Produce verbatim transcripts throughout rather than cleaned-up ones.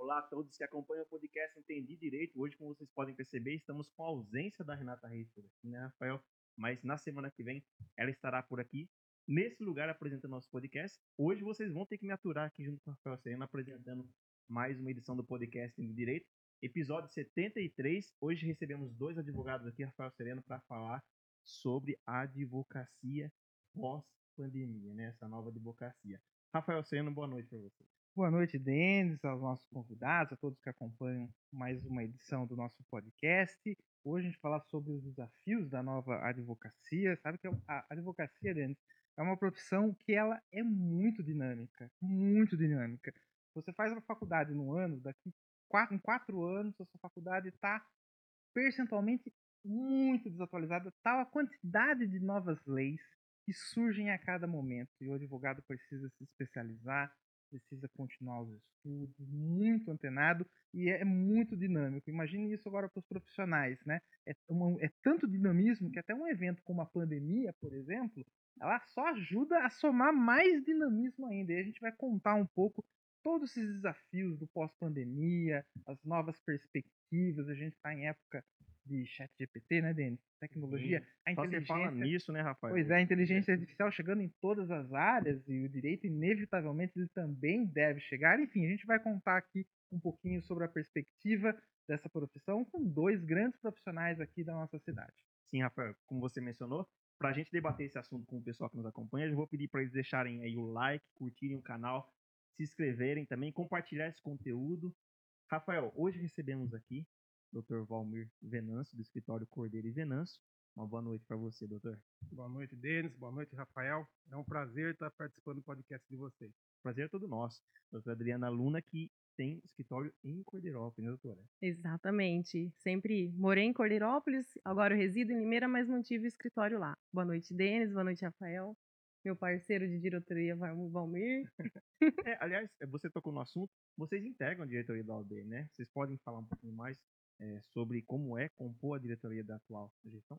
Olá a todos que acompanham o podcast Entendi Direito. Hoje, como vocês podem perceber, estamos com a ausência da Renata Reis por aqui, né, Rafael? Mas na semana que vem ela estará por aqui, nesse lugar, apresentando nosso podcast. Hoje vocês vão ter que me aturar aqui junto com o Rafael Sereno, apresentando mais uma edição do podcast Entendi Direito. Episódio setenta e três. Hoje recebemos dois advogados aqui, Rafael Sereno, para falar sobre a advocacia pós-pandemia, né? Essa nova advocacia. Rafael Sereno, boa noite para você. Boa noite, Denis, aos nossos convidados, a todos que acompanham mais uma edição do nosso podcast. Hoje a gente vai falar sobre os desafios da nova advocacia. Sabe que a advocacia, Denis, é uma profissão que ela é muito dinâmica, muito dinâmica. Você faz uma faculdade no ano, daqui quatro, em quatro anos a sua faculdade está percentualmente muito desatualizada, tal a quantidade de novas leis que surgem a cada momento. E o advogado precisa se especializar, precisa continuar os estudos, muito antenado e é muito dinâmico. Imagine isso agora para os profissionais, né? É, uma, é tanto dinamismo que até um evento como a pandemia, por exemplo, ela só ajuda a somar mais dinamismo ainda. E a gente vai contar um pouco todos esses desafios do pós-pandemia, as novas perspectivas. A gente está em época de chat G P T, né, Denis? Tecnologia, Sim. a Só você fala inteligência... nisso, né, Rafael? Pois é, a inteligência artificial chegando em todas as áreas e o direito, inevitavelmente, ele também deve chegar. Enfim, a gente vai contar aqui um pouquinho sobre a perspectiva dessa profissão com dois grandes profissionais aqui da nossa cidade. Sim, Rafael, como você mencionou, para a gente debater esse assunto com o pessoal que nos acompanha, eu vou pedir para eles deixarem aí o like, curtirem o canal, se inscreverem também, compartilhar esse conteúdo. Rafael, hoje recebemos aqui o doutor Valmir Venâncio, do escritório Cordeiro e Venâncio. Uma boa noite para você, doutor. Boa noite, Denis. Boa noite, Rafael. É um prazer estar participando do podcast de vocês. Prazer é todo nosso. Doutora Adriana Luna, que tem escritório em Cordeirópolis, né, doutora? Exatamente. Sempre morei em Cordeirópolis, agora eu resido em Limeira, mas mantive o escritório lá. Boa noite, Denis. Boa noite, Rafael. Meu parceiro de diretoria, Valmir. É, aliás, você tocou no assunto, vocês integram a diretoria da O A B, né? Vocês podem falar um pouquinho mais é, sobre como é compor a diretoria da atual gestão?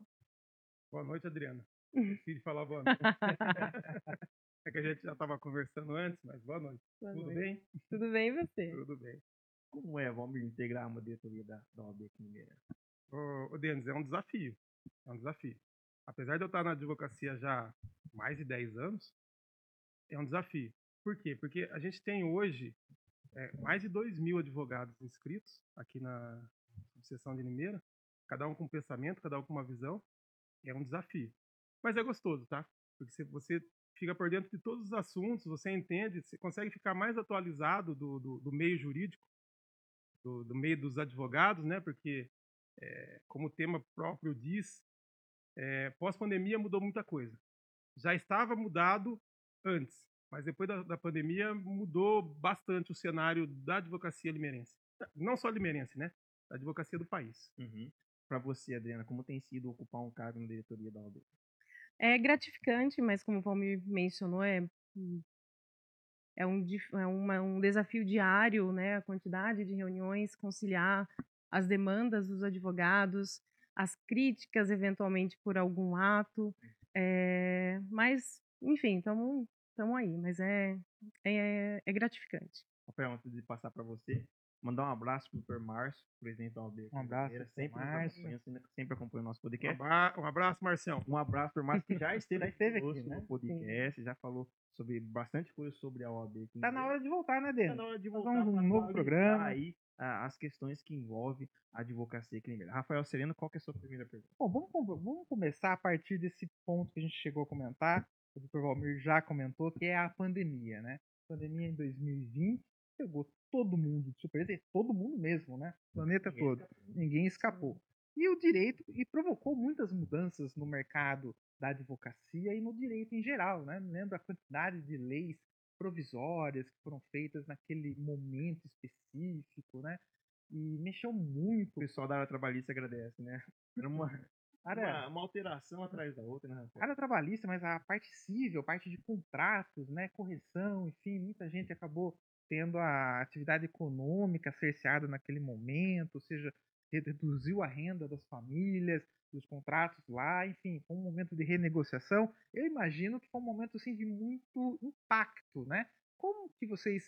Boa noite, Adriana. Esqueci de falar boa noite. É que a gente já estava conversando antes, mas boa noite. Boa Tudo noite. bem? Tudo bem, e você? Tudo bem. Como é, Valmir, integrar uma diretoria da, da O A B aqui em Limeira? Ô, ô, Denis, é um desafio. É um desafio. Apesar de eu estar na advocacia já há mais de dez anos, é um desafio. Por quê? Porque a gente tem hoje é, mais de dois mil advogados inscritos aqui na subseção de Limeira, cada um com um pensamento, cada um com uma visão. É um desafio. Mas é gostoso, tá? Porque você fica por dentro de todos os assuntos, você entende, você consegue ficar mais atualizado do, do, do meio jurídico, do, do meio dos advogados, né? Porque, é, como o tema próprio diz, é, pós-pandemia mudou muita coisa. Já estava mudado antes, mas depois da, da pandemia mudou bastante o cenário da advocacia limeirense. Não só limeirense, né? Da advocacia do país. Uhum. Para você, Adriana, como tem sido ocupar um cargo na diretoria da O A B? É gratificante, mas como o Valmir mencionou, é, é, um, é uma, um desafio diário, né? A quantidade de reuniões, conciliar as demandas dos advogados, as críticas, eventualmente, por algum ato. É, mas, enfim, estamos aí, mas é, é, é gratificante. Rafael, antes de passar para você, mandar um abraço pro doutor Márcio, presidente da O A B. Um abraço, sempre Márcio. Nos acompanha, sempre acompanha o nosso Um, podcast. abra um abraço, Marcião. Um abraço para o Márcio, que já esteve, Já esteve aqui, aqui, né? no podcast, Sim. já falou sobre bastante coisa sobre a O A B. Tá na hora de voltar, né, Denis? Tá na hora de Nós voltar vamos um novo programa. aí ah, as questões que envolvem a advocacia aqui em Limeira. Rafael Sereno, qual que é a sua primeira pergunta? Bom, vamos, vamos começar a partir desse ponto que a gente chegou a comentar, o doutor Valmir já comentou, que é a pandemia, né? A pandemia em dois mil e vinte pegou todo mundo de surpresa, todo mundo mesmo, né? O planeta Ninguém todo. escapou. Ninguém escapou. E o direito, e provocou muitas mudanças no mercado da advocacia e no direito em geral, né? Lembra a quantidade de leis provisórias que foram feitas naquele momento específico, né? E mexeu muito. O pessoal da área trabalhista agradece, né? Era uma, uma, uma alteração atrás da outra, né, Rafael? A área trabalhista, mas a parte civil, a parte de contratos, né, correção, enfim, muita gente acabou tendo a atividade econômica cerceada naquele momento, ou seja, reduziu a renda das famílias, dos contratos lá, enfim, foi um momento de renegociação. Eu imagino que foi um momento assim, de muito impacto, né? Como que vocês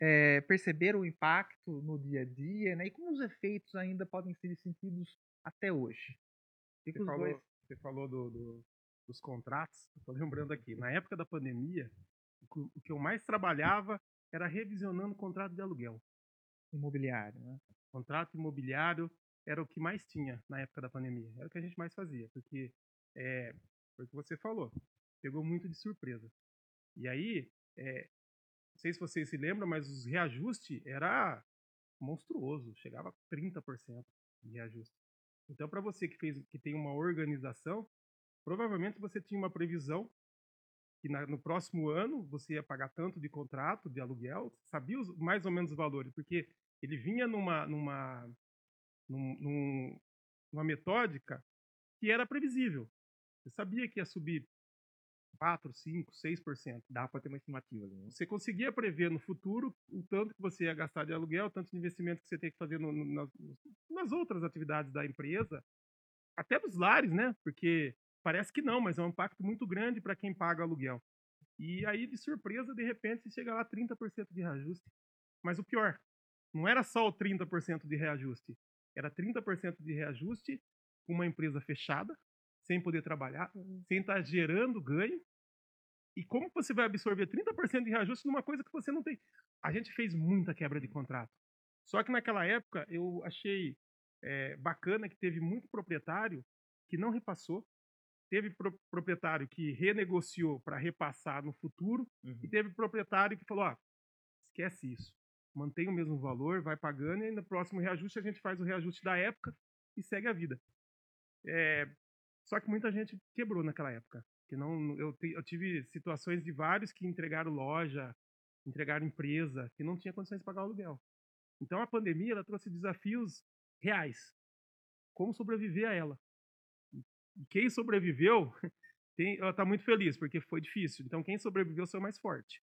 é, perceberam o impacto no dia a dia, né? E como os efeitos ainda podem ser sentidos até hoje? Você Os falou, dois. você falou do, do- dos contratos. Estou lembrando aqui. Na época da pandemia, o que o que eu mais trabalhava era revisionando contrato de aluguel. Imobiliário, né? Contrato imobiliário era o que mais tinha na época da pandemia. Era o que a gente mais fazia, porque é, foi o que você falou, pegou muito de surpresa. E aí, é, não sei se vocês se lembram, mas os reajustes era monstruoso, chegava a trinta por cento de reajuste. Então, para você que fez, que tem uma organização, provavelmente você tinha uma previsão que na- no próximo ano você ia pagar tanto de contrato, de aluguel, sabia os- mais ou menos os valores, porque ele vinha numa, numa, num- num- numa metódica que era previsível. Você sabia que ia subir quatro, cinco, seis por cento. Dá para ter uma estimativa ali, né? Você conseguia prever no futuro o tanto que você ia gastar de aluguel, o tanto de investimento que você tem que fazer no- no- nas, nas outras atividades da empresa, até dos lares, né? Porque parece que não, mas é um impacto muito grande para quem paga aluguel. E aí, de surpresa, de repente, você chega lá trinta por cento de reajuste. Mas o pior, não era só o trinta por cento de reajuste, era trinta por cento de reajuste com uma empresa fechada, sem poder trabalhar, Uhum. sem estar gerando ganho. E como você vai absorver trinta por cento de reajuste numa coisa que você não tem? A gente fez muita quebra de contrato. Só que naquela época eu achei é, bacana que teve muito proprietário que não repassou, teve pro- proprietário que renegociou para repassar no futuro, Uhum. e teve proprietário que falou: ó, esquece isso, mantém o mesmo valor, vai pagando, e no próximo reajuste a gente faz o reajuste da época e segue a vida. É, só que muita gente quebrou naquela época. Que não, eu, te- eu tive situações de vários que entregaram loja, entregaram empresa, que não tinha condições de pagar o aluguel. Então a pandemia ela trouxe desafios reais. Como sobreviver a ela? E quem sobreviveu tem, está muito feliz, porque foi difícil. Então quem sobreviveu saiu mais forte.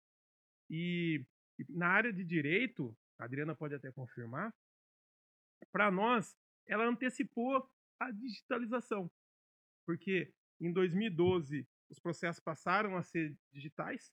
E, e na área de direito, a Adriana pode até confirmar, para nós, ela antecipou a digitalização. Porque em dois mil e doze os processos passaram a ser digitais.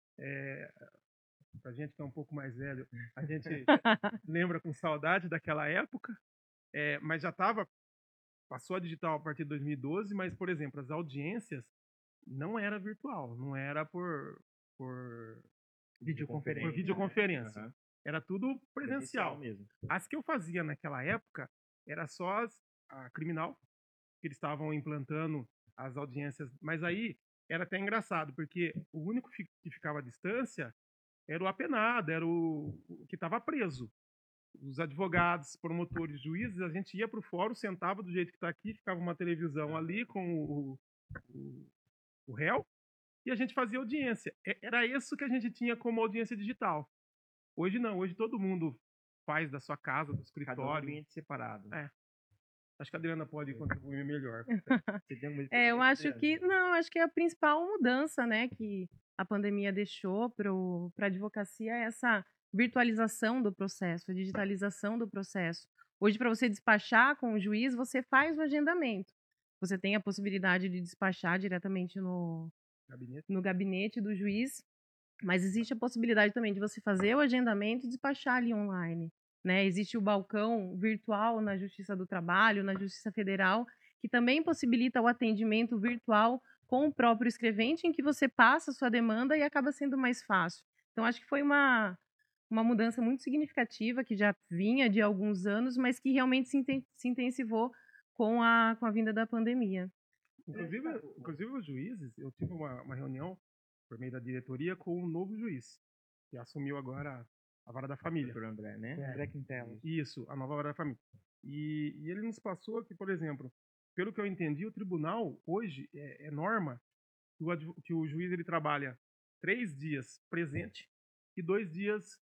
É, para a gente que é um pouco mais velho, a gente lembra com saudade daquela época, é, mas já estava, passou a digital a partir de dois mil e doze, mas, por exemplo, as audiências não era virtual, não era por, por, Videoconferência. por videoconferência. Aham. Era tudo presencial. mesmo. As que eu fazia naquela época era só as, a criminal, que eles estavam implantando as audiências, mas aí era até engraçado, porque o único fi- que ficava à distância era o apenado, era o, o que estava preso. Os advogados, promotores, juízes, a gente ia para o fórum, sentava do jeito que está aqui, ficava uma televisão ali com o, o, o réu, e a gente fazia audiência. É- Era isso que a gente tinha como audiência digital. Hoje não, hoje todo mundo faz da sua casa, do Cada um escritório. ambiente separado. É. Acho que a Adriana pode contribuir melhor. Você tem alguma É, eu experiência, acho Adriana? que não, acho que a principal mudança, né, que a pandemia deixou para a advocacia é essa virtualização do processo, a digitalização do processo. Hoje, para você despachar com o juiz, você faz o agendamento. Você tem a possibilidade de despachar diretamente no, Gabinete. no gabinete do juiz, mas existe a possibilidade também de você fazer o agendamento e despachar ali online, né? Existe o balcão virtual na Justiça do Trabalho, na Justiça Federal, que também possibilita o atendimento virtual com o próprio escrevente, em que você passa a sua demanda e acaba sendo mais fácil. Então, acho que foi uma, uma mudança muito significativa, que já vinha de alguns anos, mas que realmente se, inten- se intensivou com a, com a vinda da pandemia. Inclusive, inclusive os juízes, eu tive uma, uma reunião por meio da diretoria com um novo juiz, que assumiu agora a vara da família. Doutor André, né? Com o André Quintela. Isso, a nova vara da família. E, e ele nos passou que, por exemplo, pelo que eu entendi, o tribunal hoje é, é norma que o, advo- que o juiz ele trabalha três dias presente e dois dias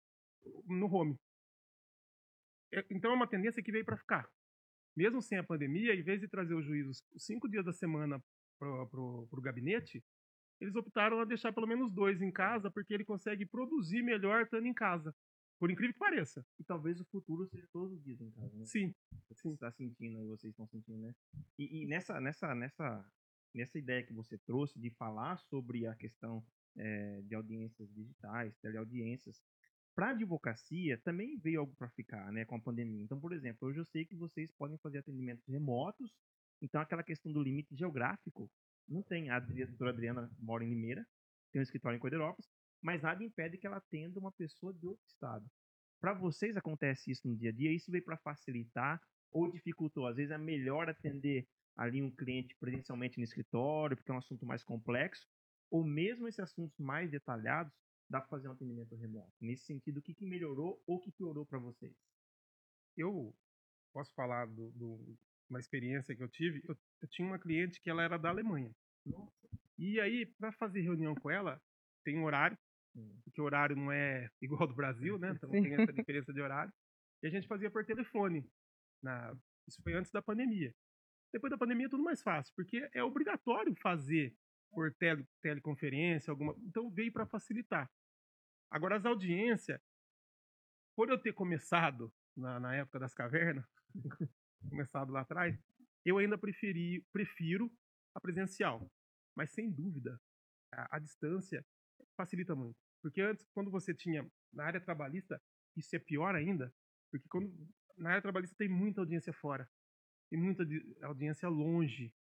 no home. É- Então é uma tendência que veio para ficar. Mesmo sem a pandemia, em vez de trazer os juízes os cinco dias da semana para o gabinete, eles optaram a deixar pelo menos dois em casa, porque ele consegue produzir melhor estando em casa. Por incrível que pareça. E talvez o futuro seja todos os dias em casa, né? Sim. Você está sentindo aí, vocês estão sentindo, né? E, e nessa, nessa, nessa, nessa ideia que você trouxe de falar sobre a questão eh, de audiências digitais, teleaudiências, para advocacia também veio algo para ficar, né, com a pandemia. Então, por exemplo, hoje eu sei que vocês podem fazer atendimentos remotos, então aquela questão do limite geográfico não tem. A Adri- a doutora Adriana mora em Limeira, tem um escritório em Coiderópolis, mas nada impede que ela atenda uma pessoa de outro estado. Para vocês acontece isso no dia a dia? Isso veio para facilitar ou dificultou? Às vezes é melhor atender ali um cliente presencialmente no escritório, porque é um assunto mais complexo, ou mesmo esses assuntos mais detalhados, dá para fazer um atendimento remoto. Nesse sentido, o que, que melhorou ou o que piorou para vocês? Eu posso falar do, do- uma experiência que eu tive. Eu, eu tinha uma cliente que ela era da Alemanha. E aí, para fazer reunião com ela, tem um horário, Hum. porque o horário não é igual ao do Brasil, né? Então Sim. tem essa diferença de horário. E a gente fazia por telefone. Na, isso foi antes da pandemia. Depois da pandemia é tudo mais fácil, porque é obrigatório fazer por tele, teleconferência, alguma. Então veio para facilitar. Agora, as audiências, por eu ter começado na, na época das cavernas, começado lá atrás, eu ainda preferi, prefiro a presencial. Mas, sem dúvida, a, a distância facilita muito. Porque antes, quando você tinha na área trabalhista, isso é pior ainda, porque quando, na área trabalhista tem muita audiência fora, tem muita di- audiência longe.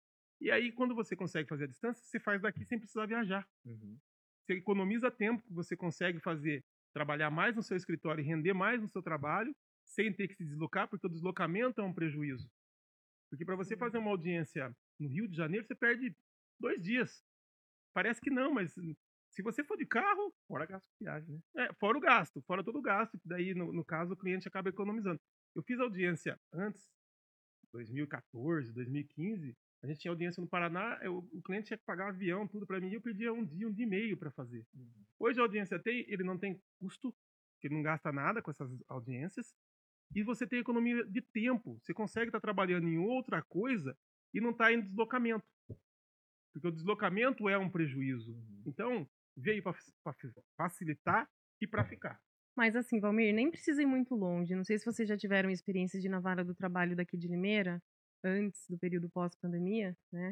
E aí, quando você consegue fazer a distância, você faz daqui sem precisar viajar. Uhum. Você economiza tempo, você consegue fazer, trabalhar mais no seu escritório e render mais no seu trabalho, sem ter que se deslocar, porque o deslocamento é um prejuízo. Porque para você fazer uma audiência no Rio de Janeiro, você perde dois dias. Parece que não, mas se você for de carro, Fora gasto de viagem, né? é, fora o gasto, fora todo o gasto, que daí, no, no caso, o cliente acaba economizando. Eu fiz audiência antes, dois mil e quatorze, dois mil e quinze, a gente tinha audiência no Paraná, eu, o cliente tinha que pagar avião, tudo para mim, e eu perdia um dia, um dia e meio para fazer. Uhum. Hoje a audiência tem, ele não tem custo, ele não gasta nada com essas audiências, e você tem economia de tempo. Você consegue estar trabalhando em outra coisa e não estar em deslocamento. Porque o deslocamento é um prejuízo. Uhum. Então, veio para facilitar e para ficar. Mas assim, Valmir, nem precisa ir muito longe. Não sei se vocês já tiveram experiência de ir na vara do trabalho daqui de Limeira, antes do período pós-pandemia, né?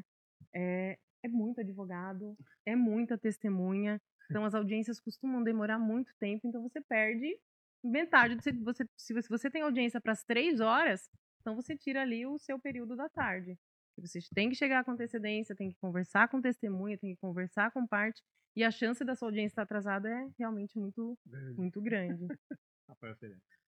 É, é muito advogado, é muita testemunha. Então as audiências costumam demorar muito tempo, então você perde metade. Do seu- você, se você, você tem audiência para as três horas, então você tira ali o seu período da tarde. Você tem que chegar com antecedência, tem que conversar com testemunha, tem que conversar com parte, e a chance da sua audiência estar atrasada é realmente muito, muito grande. Rafael Sereno.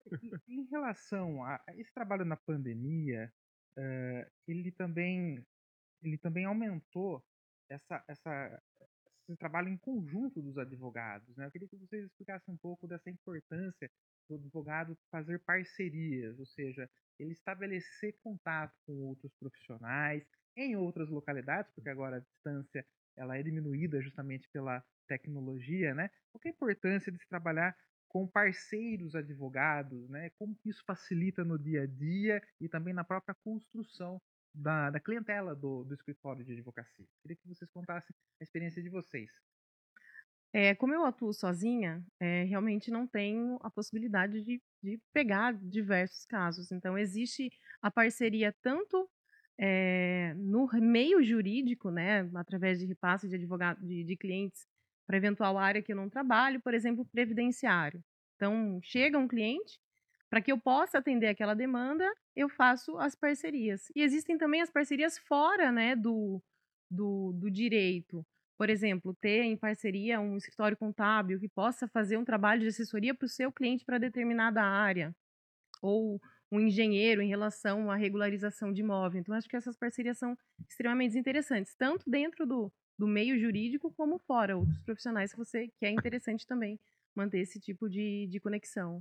E em relação a a esse trabalho na pandemia, eh, ele também ele também aumentou essa essa esse trabalho em conjunto dos advogados, né. Eu queria que vocês explicassem um pouco dessa importância do advogado fazer parcerias, ou seja, ele estabelecer contato com outros profissionais em outras localidades, porque agora a distância ela é diminuída justamente pela tecnologia, né. Qual que é a importância de se trabalhar com parceiros advogados, né? Como que isso facilita no dia a dia e também na própria construção da, da clientela do, do escritório de advocacia. Queria que vocês contassem a experiência de vocês. É, como eu atuo sozinha, é, realmente não tenho a possibilidade de, de pegar diversos casos. Então, existe a parceria tanto é, no meio jurídico, né, através de repasse de advogado, de, de clientes para eventual área que eu não trabalho, por exemplo, previdenciário. Então, chega um cliente, para que eu possa atender aquela demanda, eu faço as parcerias. E existem também as parcerias fora, né, do, do, do direito. Por exemplo, ter em parceria um escritório contábil que possa fazer um trabalho de assessoria para o seu cliente para determinada área, ou um engenheiro em relação à regularização de imóvel. Então, acho que essas parcerias são extremamente interessantes, tanto dentro do, do meio jurídico como fora, outros profissionais que você que é interessante também manter esse tipo de, de conexão.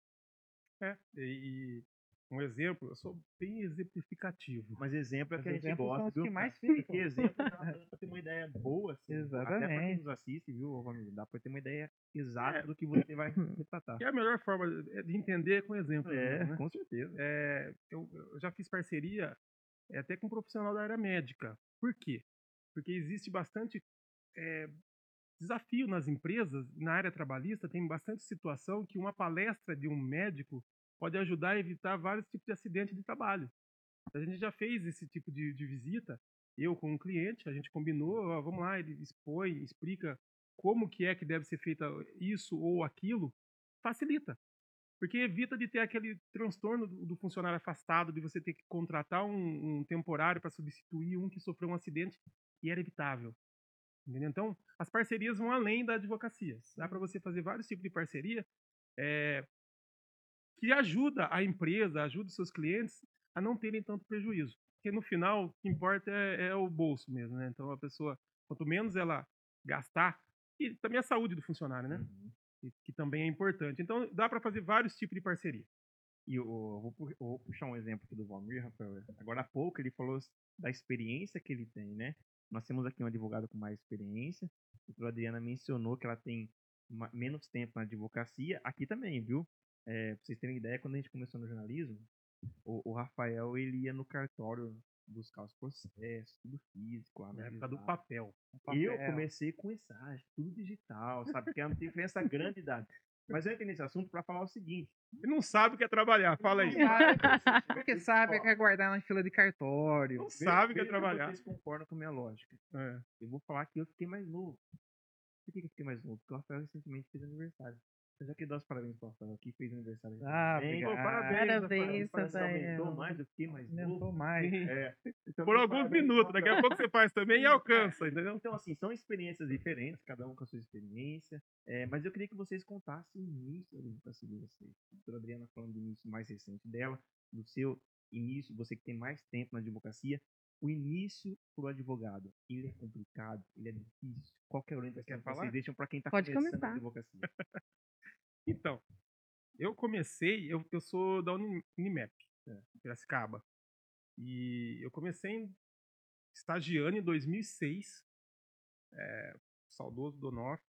É, e, e um exemplo, eu sou bem exemplificativo. Mas exemplo é Os que a gente exemplos gosta, são os viu? que mais Porque ficam. exemplo dá pra ter uma ideia boa, assim, até pra quem Exatamente. nos assiste, viu, família? Dá pra ter uma ideia exata do que você vai retratar. Que é a melhor forma de entender com exemplo. É, mesmo, né? com certeza. É, eu, eu já fiz parceria é, até com um profissional da área médica. Por quê? Porque existe bastante é, desafio nas empresas, na área trabalhista, tem bastante situação que uma palestra de um médico pode ajudar a evitar vários tipos de acidente de trabalho. A gente já fez esse tipo de, de visita, eu com um cliente, a gente combinou, ó, vamos lá, ele expõe, explica como que é que deve ser feita isso ou aquilo, facilita. Porque evita de ter aquele transtorno do, do funcionário afastado, de você ter que contratar um, um temporário para substituir um que sofreu um acidente, e era evitável. Entendeu? Então, as parcerias vão além da advocacia. Dá para você fazer vários tipos de parceria é, que ajuda a empresa, ajuda os seus clientes a não terem tanto prejuízo. Porque no final, o que importa é, é o bolso mesmo, né? Então, a pessoa, quanto menos ela gastar, e também a saúde do funcionário, né? Uhum. Que, que também é importante. Então, dá para fazer vários tipos de parceria. E eu, eu vou, pu- eu vou puxar um exemplo aqui do Valmir, Rafael. Agora há pouco ele falou da experiência que ele tem, né? Nós temos aqui um advogado com mais experiência. A doutora Adriana mencionou que ela tem ma- menos tempo na advocacia. Aqui também, viu? É, pra vocês terem ideia, quando a gente começou no jornalismo, o, o Rafael ele ia no cartório buscar os processos, tudo físico, Na época do analisar. papel. Eu Papel. comecei com estágio, tudo digital, sabe? Porque é uma diferença grande de idade. Mas eu entrei nesse assunto para falar o seguinte. Ele não sabe o que é trabalhar, fala aí. Porque sabe que é guardar na fila de cartório. Não sabe o que é Veja se trabalhar. vocês concordam com a minha lógica. É. Eu vou falar que eu fiquei mais novo. Por que que eu fiquei mais novo? Porque o Rafael recentemente fez aniversário. Eu já queria dar os parabéns pro Rafael, que fez aniversário. Ah, recentemente. Pô, obrigado. parabéns, Parabéns, Parece que aumentou Rafael. mais, eu fiquei mais Aumentou novo. mais. É. Então, Por meus alguns parabéns pro minutos, daqui a Rafael. pouco você faz também e alcança, entendeu? Então, assim, são experiências diferentes, cada um com a sua experiência. É, mas eu queria que vocês contassem o início da advocacia de vocês. A doutora Adriana falando do início mais recente dela, do seu início, você que tem mais tempo na advocacia. O início para o advogado, ele é complicado, ele é difícil. Qual que é a orientação quer que falar? vocês deixam para quem está Pode começando a começar. advocacia? Então, eu comecei, eu, eu sou da Uni- Unimap, É. Piracicaba. E eu comecei em- estagiando em dois mil e seis, é, saudoso Donor.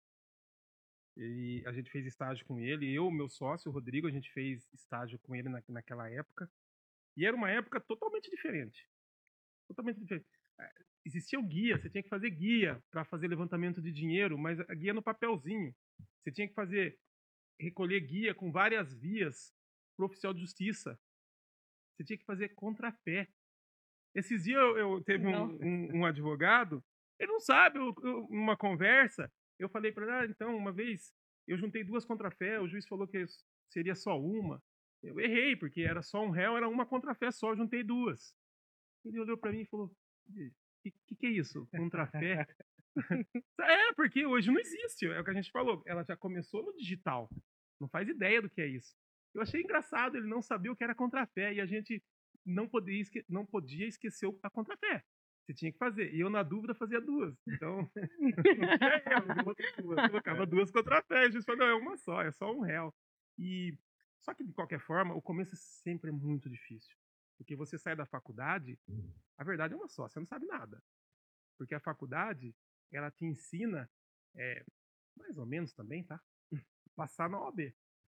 E a gente fez estágio com ele, eu, meu sócio, o Rodrigo, a gente fez estágio com ele na, naquela época. E era uma época totalmente diferente. Totalmente diferente. É, existia o guia, você tinha que fazer guia para fazer levantamento de dinheiro, mas a guia no papelzinho. Você tinha que fazer, recolher guia com várias vias para o oficial de justiça. Você tinha que fazer contrafé. Esses dias eu, eu teve um, Nossa. um, um advogado, ele não sabe, eu, eu, numa conversa, eu falei para ele, ah, então, uma vez eu juntei duas contrafé, o juiz falou que seria só uma. Eu errei, porque era só um réu, era uma contrafé só, eu juntei duas. Ele olhou para mim e falou, o que, que, que é isso? Contrafé? É, porque hoje não existe, é o que a gente falou, ela já começou no digital, não faz ideia do que é isso. Eu achei engraçado, ele não sabia o que era contrafé, e a gente não podia, esque não podia esquecer a contrafé. Você tinha que fazer. E eu, na dúvida, fazia duas. Então, eu colocava duas contrafés. A gente falou, não, é uma só, é só um réu. E, só que, de qualquer forma, o começo sempre é muito difícil. Porque você sai da faculdade, a verdade é uma só, você não sabe nada. Porque a faculdade, ela te ensina, é, mais ou menos também, tá? Passar na O A B.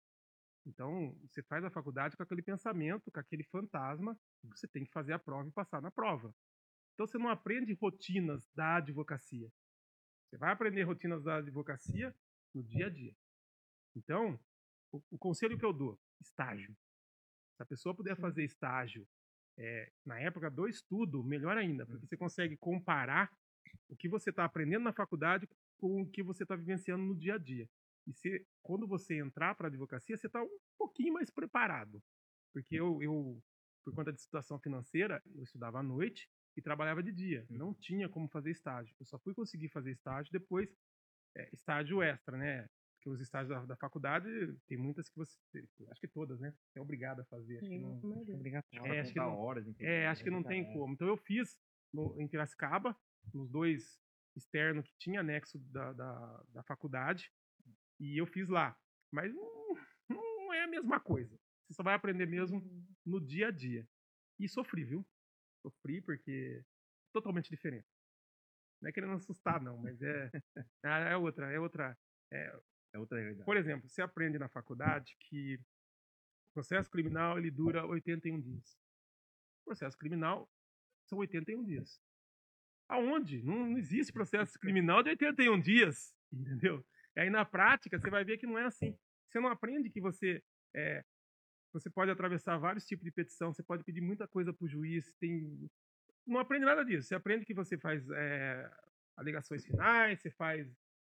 Então, você faz a faculdade com aquele pensamento, com aquele fantasma, você tem que fazer a prova e passar na prova. Então, você não aprende rotinas da advocacia. Você vai aprender rotinas da advocacia no dia a dia. Então, o, o conselho que eu dou, estágio. Se a pessoa puder fazer estágio é, na época do estudo, melhor ainda, porque você consegue comparar o que você está aprendendo na faculdade com o que você está vivenciando no dia a dia. E se, quando você entrar para a advocacia, você está um pouquinho mais preparado. Porque eu, eu, por conta de situação financeira, eu estudava à noite e trabalhava de dia. Não tinha como fazer estágio. Eu só fui conseguir fazer estágio depois, é, estágio extra, né? Porque os estágios da, da faculdade, tem muitas que você, acho que todas, né? É obrigado a fazer. Acho que não, Obrigatório. é, acho que não, horas, é, acho que não tem como. Então eu fiz no, em Piracicaba, nos dois externos que tinha anexo da, da, da faculdade, e eu fiz lá. Mas não, não é a mesma coisa. Você só vai aprender mesmo no dia a dia. E sofri, viu? Sofri porque é totalmente diferente. Não é querendo assustar, não, mas é, é outra, é outra. É, É outra realidade. por exemplo, você aprende na faculdade que o processo criminal ele dura oitenta e um dias. O processo criminal são oitenta e um dias. Aonde? Não, não existe processo criminal de oitenta e um dias, entendeu? E aí na prática você vai ver que não é assim. Você não aprende que você é, você pode atravessar vários tipos de petição, você pode pedir muita coisa para o juiz, tem... não aprende nada disso. Você aprende que você faz é, alegações finais, você faz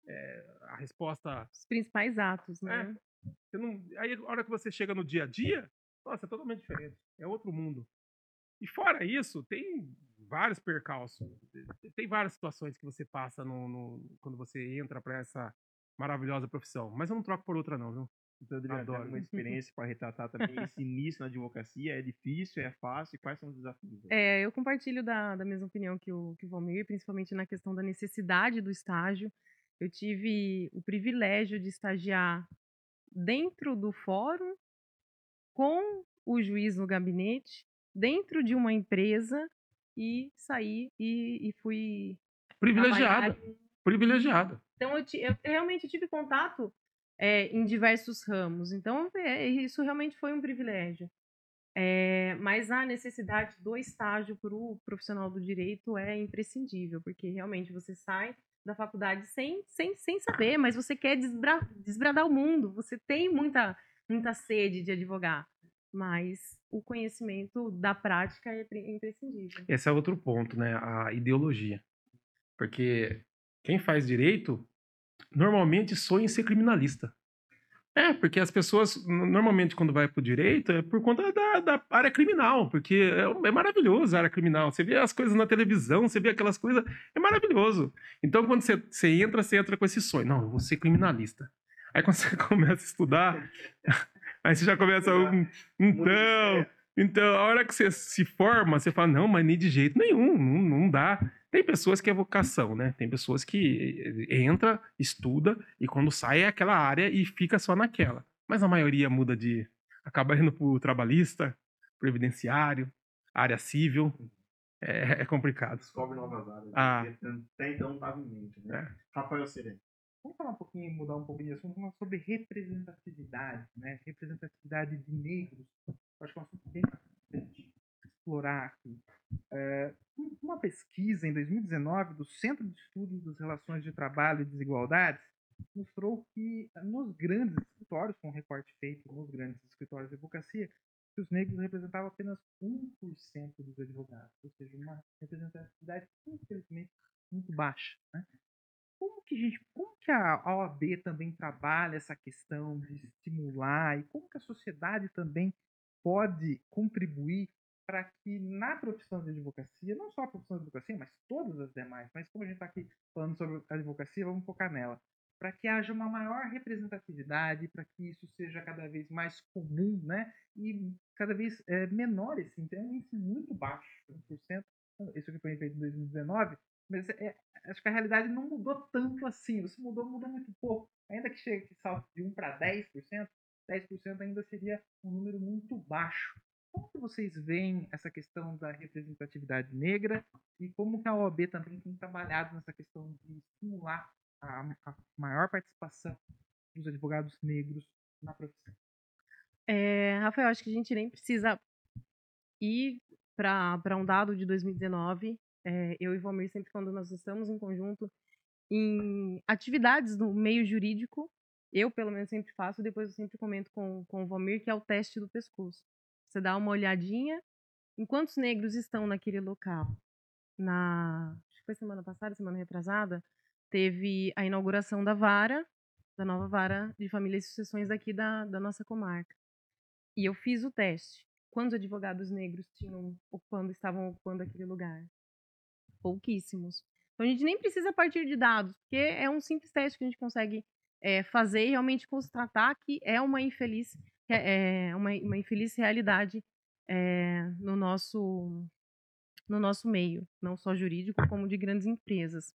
é, a resposta... Os principais atos, né? É, você não, aí, a hora que você chega no dia a dia, nossa, é totalmente diferente. É outro mundo. E fora isso, tem vários percalços. Tem várias situações que você passa no, no- quando você entra para essa maravilhosa profissão. Mas eu não troco por outra, não, viu? Então, Adriano, tem Adoro. alguma experiência para retratar também esse início na advocacia? É difícil, é fácil? E quais são os desafios? É, eu compartilho da, da mesma opinião que o, que o Valmir, principalmente na questão da necessidade do estágio. Eu tive o privilégio de estagiar dentro do fórum, com o juiz no gabinete, dentro de uma empresa, e saí e, e fui Privilegiada. trabalhar. Privilegiada. Então, eu, ti- eu realmente tive contato é, em diversos ramos. Então, é, isso realmente foi um privilégio. É, mas a necessidade do estágio para o profissional do direito é imprescindível, porque realmente você sai da faculdade sem, sem, sem saber, mas você quer desbra- desbradar o mundo, você tem muita, muita sede de advogar, mas o conhecimento da prática é pre- imprescindível. Esse é outro ponto, né? A ideologia. Porque quem faz direito normalmente sonha em ser criminalista. É, porque as pessoas, n- normalmente, quando vai pro direito, é por conta da, da área criminal, porque é, é maravilhoso a área criminal. Você vê as coisas na televisão, você vê aquelas coisas, é maravilhoso. Então, quando você, você entra, você entra com esse sonho. Não, eu vou ser criminalista. Aí, quando você começa a estudar, aí você já começa. um, Então, então, a hora que você se forma, você fala, não, mas nem de jeito nenhum, não, não dá. Tem pessoas que é vocação, né? Tem pessoas que entra, estuda, e quando sai é aquela área e fica só naquela. Mas a maioria muda de... acaba indo pro trabalhista, previdenciário, área civil. É, é complicado. Descobre novas áreas. Ah. né? Até então não estava em mente, né? É. Rafael Sereno. Vamos falar um pouquinho, mudar um pouquinho de assunto, falar sobre representatividade, né? Representatividade de negros. Eu acho que é um assunto bem importante explorar aqui. É, uma pesquisa em dois mil e dezenove do Centro de Estudos das Relações de Trabalho e Desigualdades mostrou que nos grandes escritórios, com recorte feito nos grandes escritórios de advocacia, que os negros representavam apenas um por cento dos advogados, ou seja, uma representatividade, infelizmente, muito baixa, né? Como que a gente, como que a O A B também trabalha essa questão de estimular e como que a sociedade também pode contribuir para que na profissão de advocacia, não só a profissão de advocacia, mas todas as demais, mas como a gente está aqui falando sobre a advocacia, vamos focar nela, para que haja uma maior representatividade, para que isso seja cada vez mais comum, né? E cada vez é, menor esse índice, é um índice muito baixo, um por cento, isso que foi feito em dois mil e dezenove, mas é, acho que a realidade não mudou tanto assim. Se mudou, mudou muito pouco. Ainda que chegue que salte de um para dez por cento, dez por cento ainda seria um número muito baixo. Como que vocês veem essa questão da representatividade negra e como que a O A B também tem trabalhado nessa questão de estimular a, a maior participação dos advogados negros na profissão? É, Rafael, acho que a gente nem precisa ir para um dado de dois mil e dezenove. É, eu e o Valmir, sempre quando nós estamos em conjunto em atividades no meio jurídico, eu pelo menos sempre faço, depois eu sempre comento com, com o Valmir, que é o teste do pescoço. Você dá uma olhadinha em quantos negros estão naquele local. Na, acho que foi semana passada, semana retrasada, teve a inauguração da vara, da nova vara de famílias e sucessões daqui da, da nossa comarca. E eu fiz o teste. Quantos advogados negros tinham ocupando, estavam ocupando aquele lugar? Pouquíssimos. Então a gente nem precisa partir de dados, porque é um simples teste que a gente consegue é, fazer e realmente constatar que é uma infeliz, é, uma, uma infeliz realidade é, no nosso no nosso meio, não só jurídico como de grandes empresas.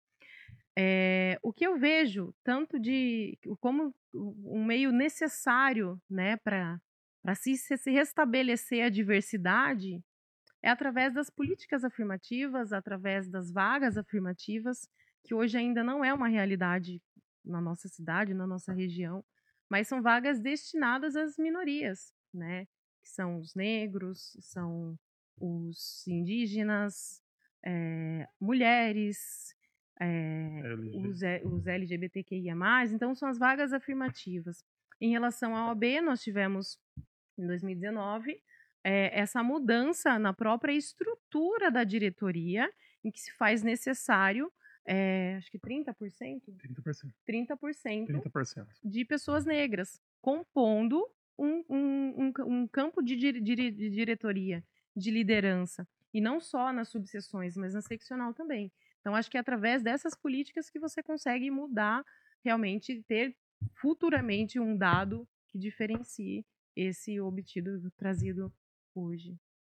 É, o que eu vejo tanto de como um meio necessário, né, para para se, se restabelecer a diversidade é através das políticas afirmativas, através das vagas afirmativas, que hoje ainda não é uma realidade na nossa cidade, na nossa região, mas são vagas destinadas às minorias, né? Que são os negros, são os indígenas, é, mulheres, é, os, os L G B T Q I A mais, então são as vagas afirmativas. Em relação à O A B, nós tivemos, em dois mil e dezenove, é, essa mudança na própria estrutura da diretoria, em que se faz necessário é, acho que trinta por cento, trinta por cento. trinta por cento trinta por cento. de pessoas negras, compondo um, um, um, um campo de, dire, de, de diretoria, de liderança. E não só nas subseções, mas na seccional também. Então, acho que é através dessas políticas que você consegue mudar, realmente ter futuramente um dado que diferencie esse obtido, trazido hoje.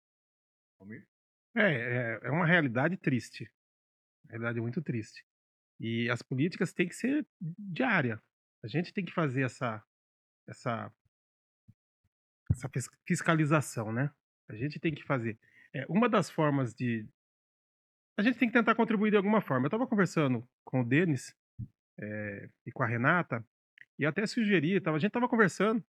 É, é, é uma realidade triste. Uma realidade muito triste. E as políticas têm que ser diária. A gente tem que fazer essa, essa, essa fiscalização, né? A gente tem que fazer. É, uma das formas de... A gente tem que tentar contribuir de alguma forma. Eu estava conversando com o Denis é, e com a Renata, e eu até sugeri, tava, a gente estava conversando,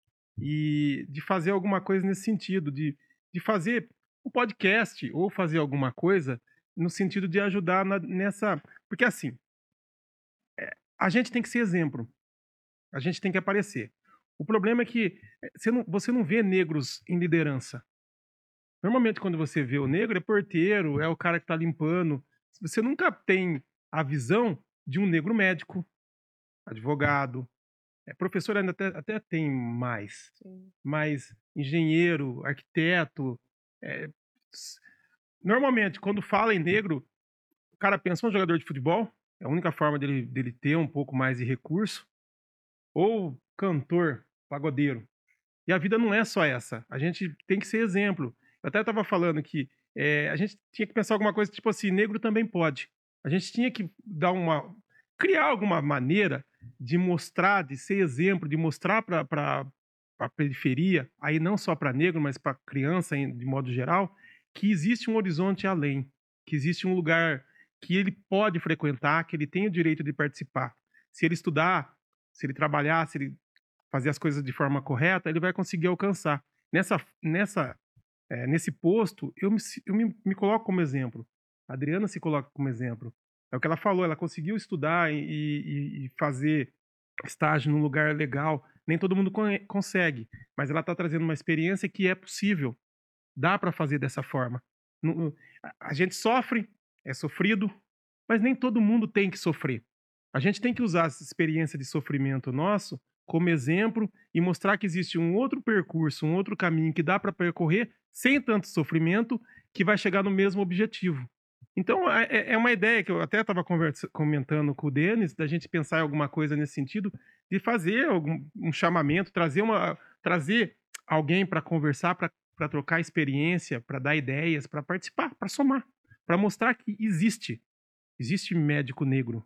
e de fazer alguma coisa nesse sentido, de, de fazer um podcast ou fazer alguma coisa no sentido de ajudar na, nessa... Porque assim, é, a gente tem que ser exemplo. A gente tem que aparecer. O problema é que você não, você não vê negros em liderança. Normalmente, quando você vê o negro, é porteiro, é o cara que está limpando. Você nunca tem a visão de um negro médico, advogado. É, professor ainda até, até tem mais. Sim. Mas engenheiro, arquiteto. É, normalmente, quando fala em negro, o cara pensa um jogador de futebol. É a única forma dele, dele ter um pouco mais de recurso. Ou cantor, pagodeiro. E a vida não é só essa. A gente tem que ser exemplo. Eu até estava falando que é, a gente tinha que pensar alguma coisa tipo assim, negro também pode. A gente tinha que dar uma... criar alguma maneira de mostrar, de ser exemplo, de mostrar para a periferia, aí não só para negro, mas para criança de modo geral, que existe um horizonte além, que existe um lugar que ele pode frequentar, que ele tem o direito de participar. Se ele estudar, se ele trabalhar, se ele fazer as coisas de forma correta, ele vai conseguir alcançar. Nessa, nessa, é, nesse posto, eu, me, eu me, me coloco como exemplo. A Adriana se coloca como exemplo. É o que ela falou, ela conseguiu estudar e, e, e fazer estágio num lugar legal. Nem todo mundo consegue, mas ela está trazendo uma experiência que é possível. Dá para fazer dessa forma. A gente sofre, é sofrido, mas nem todo mundo tem que sofrer. A gente tem que usar essa experiência de sofrimento nosso como exemplo e mostrar que existe um outro percurso, um outro caminho que dá para percorrer sem tanto sofrimento, que vai chegar no mesmo objetivo. Então, é uma ideia que eu até estava comentando com o Denis, da gente pensar em alguma coisa nesse sentido, de fazer algum, um chamamento, trazer, uma, trazer alguém para conversar, para trocar experiência, para dar ideias, para participar, para somar, para mostrar que existe, existe médico negro.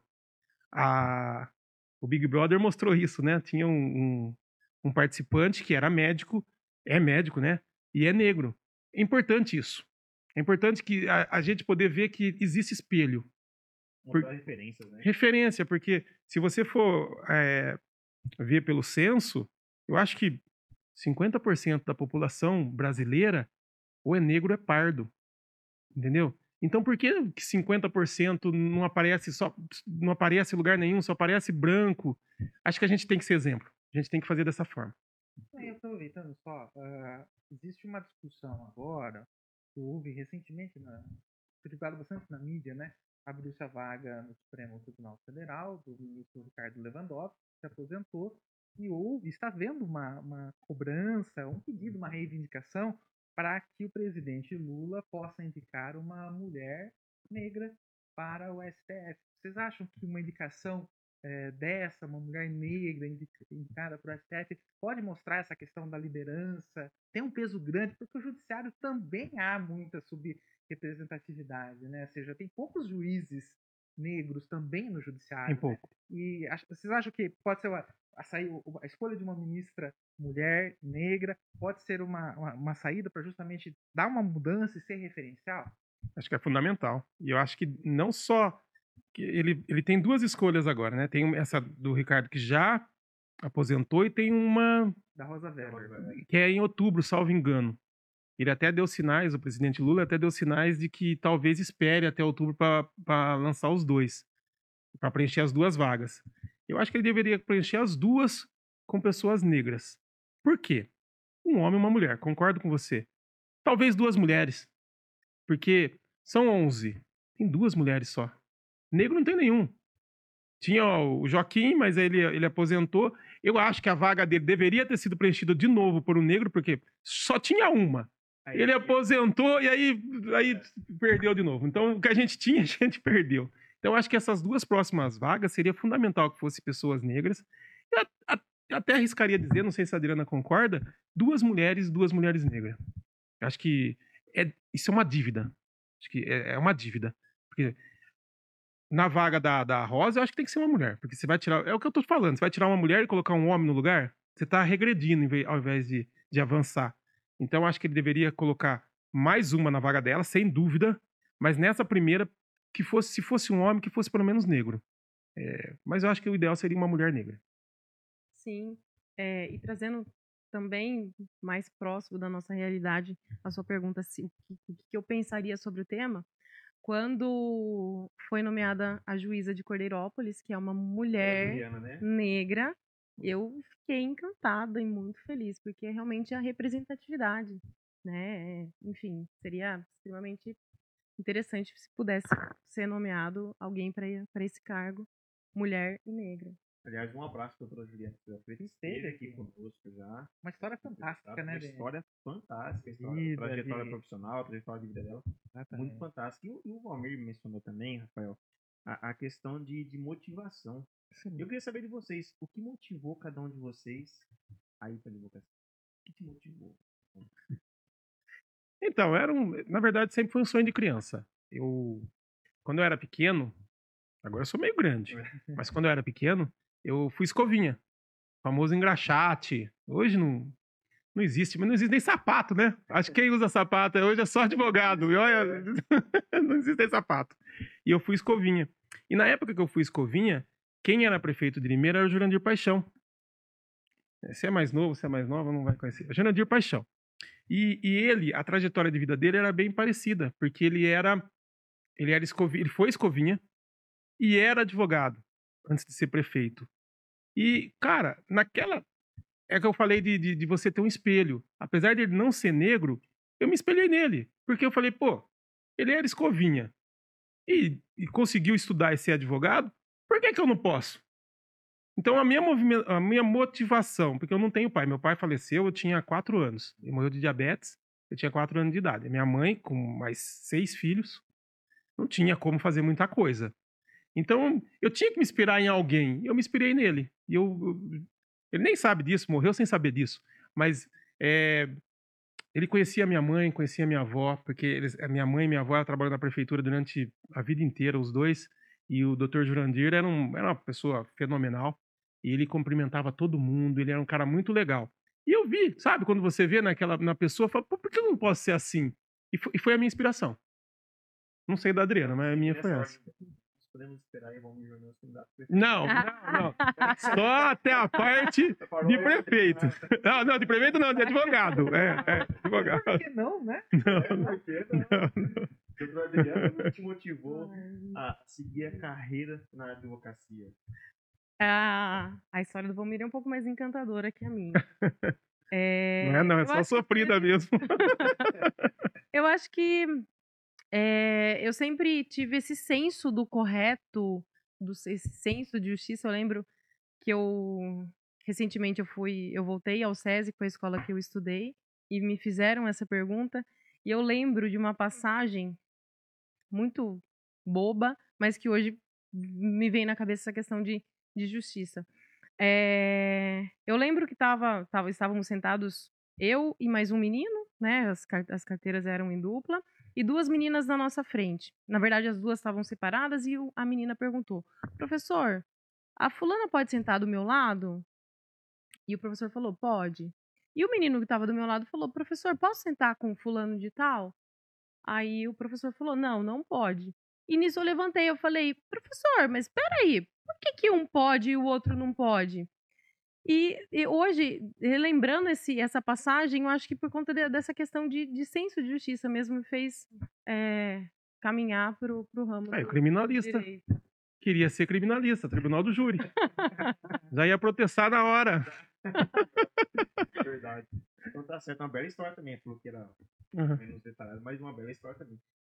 A, o Big Brother mostrou isso, né? Tinha um, um, um participante que era médico, é médico, né? E é negro. É importante isso. É importante que a, a gente poder ver que existe espelho. Por... referências, né? Referência, porque se você for é, ver pelo censo, eu acho que cinquenta por cento da população brasileira ou é negro ou é pardo. Entendeu? Então, por que cinquenta por cento não aparece só, não aparece em lugar nenhum, só aparece branco? Acho que a gente tem que ser exemplo. A gente tem que fazer dessa forma. Aproveitando só, uh, existe uma discussão agora, que houve recentemente, na, derivado bastante na mídia, né? Abriu-se a vaga no Supremo Tribunal Federal do ministro Ricardo Lewandowski, que se aposentou, e houve, está havendo uma, uma cobrança, um pedido, uma reivindicação para que o presidente Lula possa indicar uma mulher negra para o S T F. Vocês acham que uma indicação é, dessa, uma mulher negra indicada para o S T F, pode mostrar essa questão da liderança? Tem um peso grande, porque o judiciário também há muita subrepresentatividade, né? Ou seja, tem poucos juízes negros também no judiciário. Tem pouco. Né? E vocês acham que pode ser uma, a, sair, a escolha de uma ministra mulher, negra, pode ser uma, uma, uma saída para justamente dar uma mudança e ser referencial? Acho que é fundamental. E eu acho que não só... que ele, ele tem duas escolhas agora, né? Tem essa do Ricardo, que já aposentou, e tem uma... da Rosa Weber. Que é em outubro, salvo engano. Ele até deu sinais, o presidente Lula até deu sinais de que talvez espere até outubro para lançar os dois, para preencher as duas vagas. Eu acho que ele deveria preencher as duas com pessoas negras. Por quê? Um homem e uma mulher, concordo com você. Talvez duas mulheres, porque são onze, tem duas mulheres só. Negro não tem nenhum. Tinha o Joaquim, mas ele, ele aposentou. Eu acho que a vaga dele deveria ter sido preenchida de novo por um negro, porque só tinha uma. Aí, Ele aposentou e aí, aí perdeu de novo. Então, o que a gente tinha, a gente perdeu. Então, acho que essas duas próximas vagas seria fundamental que fossem pessoas negras. Eu a- a- até arriscaria dizer, não sei se a Adriana concorda, duas mulheres, duas mulheres negras. Eu acho que é, isso é uma dívida. Acho que é, é uma dívida. Porque na vaga da, da Rosa, eu acho que tem que ser uma mulher. Porque você vai tirar. É o que eu tô falando. Você vai tirar uma mulher e colocar um homem no lugar, você tá regredindo em vez- ao invés de, de avançar. Então, eu acho que ele deveria colocar mais uma na vaga dela, sem dúvida. Mas nessa primeira, que fosse, se fosse um homem, que fosse pelo menos negro. É, mas eu acho que o ideal seria uma mulher negra. Sim. É, e trazendo também mais próximo da nossa realidade a sua pergunta, se, o que, o que eu pensaria sobre o tema, quando foi nomeada a juíza de Cordeirópolis, que é uma mulher Juliana, né? negra, eu fiquei encantada e muito feliz, porque é realmente a representatividade, né? É, enfim, seria extremamente interessante se pudesse ser nomeado alguém para esse cargo, mulher e negra. Aliás, um abraço para a doutora Juliana Silva, que esteve aqui conosco já. Uma história fantástica, Uma né? de- história fantástica, a história, Vida, trajetória de- profissional, trajetória de vida dela. Exatamente. Muito fantástica. E o, e o Valmir mencionou também, Rafael, a, a questão de, de motivação. Sim. Eu queria saber de vocês, o que motivou cada um de vocês a ir para a advocacia? O que te motivou? Então, era um, na verdade, sempre foi um sonho de criança. Eu, quando eu era pequeno, agora eu sou meio grande, mas quando eu era pequeno, eu fui escovinha, famoso engraxate. Hoje não, não existe, mas não existe nem sapato, né? Acho que quem usa sapato hoje é só advogado. E olha, não existe nem sapato. E eu fui escovinha. E na época que eu fui escovinha, quem era prefeito de Limeira era o Jurandir Paixão. Se é mais novo, se é mais nova, não vai conhecer. Jurandir Paixão. E, e ele, a trajetória de vida dele era bem parecida, porque ele era, ele era escovinha, ele foi escovinha e era advogado antes de ser prefeito. E, cara, naquela. É que eu falei de, de, de você ter um espelho. Apesar dele não ser negro, eu me espelhei nele. Porque eu falei, pô, ele era escovinha e, e conseguiu estudar e ser advogado, por que, que eu não posso? Então, a minha, movime- a minha motivação, porque eu não tenho pai, meu pai faleceu, eu tinha quatro anos, ele morreu de diabetes, eu tinha quatro anos de idade. A minha mãe, com mais seis filhos, não tinha como fazer muita coisa. Então, eu tinha que me inspirar em alguém, e eu me inspirei nele. E eu, eu- ele nem sabe disso, morreu sem saber disso, mas é, ele conhecia a minha mãe, conhecia a minha avó, porque eles, a minha mãe e minha avó trabalharam na prefeitura durante a vida inteira, os dois, e o doutor Jurandir era, um, era uma pessoa fenomenal, e ele cumprimentava todo mundo, ele era um cara muito legal. E eu vi, sabe, quando você vê naquela, na pessoa, fala, pô, por que eu não posso ser assim? E foi, e foi a minha inspiração. Não sei da Adriana, mas a minha foi essa. Nós podemos esperar aí, Valmir Júnior, se candidato a prefeito. Não, não, não. Só até a parte de prefeito. Não, não, de prefeito não, de advogado. É, é, advogado. Por que não, né? Por que não? Doutor Adriano, o que te motivou a seguir a carreira na advocacia? Ah, a história do Valmir é um pouco mais encantadora que a minha. É, Não é, não, é eu só acho que sofrida teve- mesmo. Eu acho que é, eu sempre tive esse senso do correto, do, esse senso de justiça. Eu lembro que eu recentemente eu fui, eu voltei ao SESI, que foi a escola que eu estudei, e me fizeram essa pergunta. E eu lembro de uma passagem muito boba, mas que hoje me vem na cabeça essa questão de, de justiça. É, eu lembro que tava, tava, estávamos sentados eu e mais um menino, né? As, car- as carteiras eram em dupla, e duas meninas na nossa frente. Na verdade, as duas estavam separadas e o- a menina perguntou: professor, a fulana pode sentar do meu lado? E o professor falou: pode. E o menino que estava do meu lado falou: professor, posso sentar com fulano de tal? Aí o professor falou: não, não pode. E nisso eu levantei, eu falei: professor, mas peraí, por que, que um pode e o outro não pode? E, e hoje, relembrando esse, essa passagem, eu acho que por conta de- dessa questão de, de senso de justiça mesmo me fez é, caminhar pro, pro ramo É, do, o criminalista. do direito. Queria ser criminalista, tribunal do júri. Já ia protestar na hora. Verdade. Então tá certo, uma bela história também. Falou que era Uhum. menos detalhado, mas uma bela história também.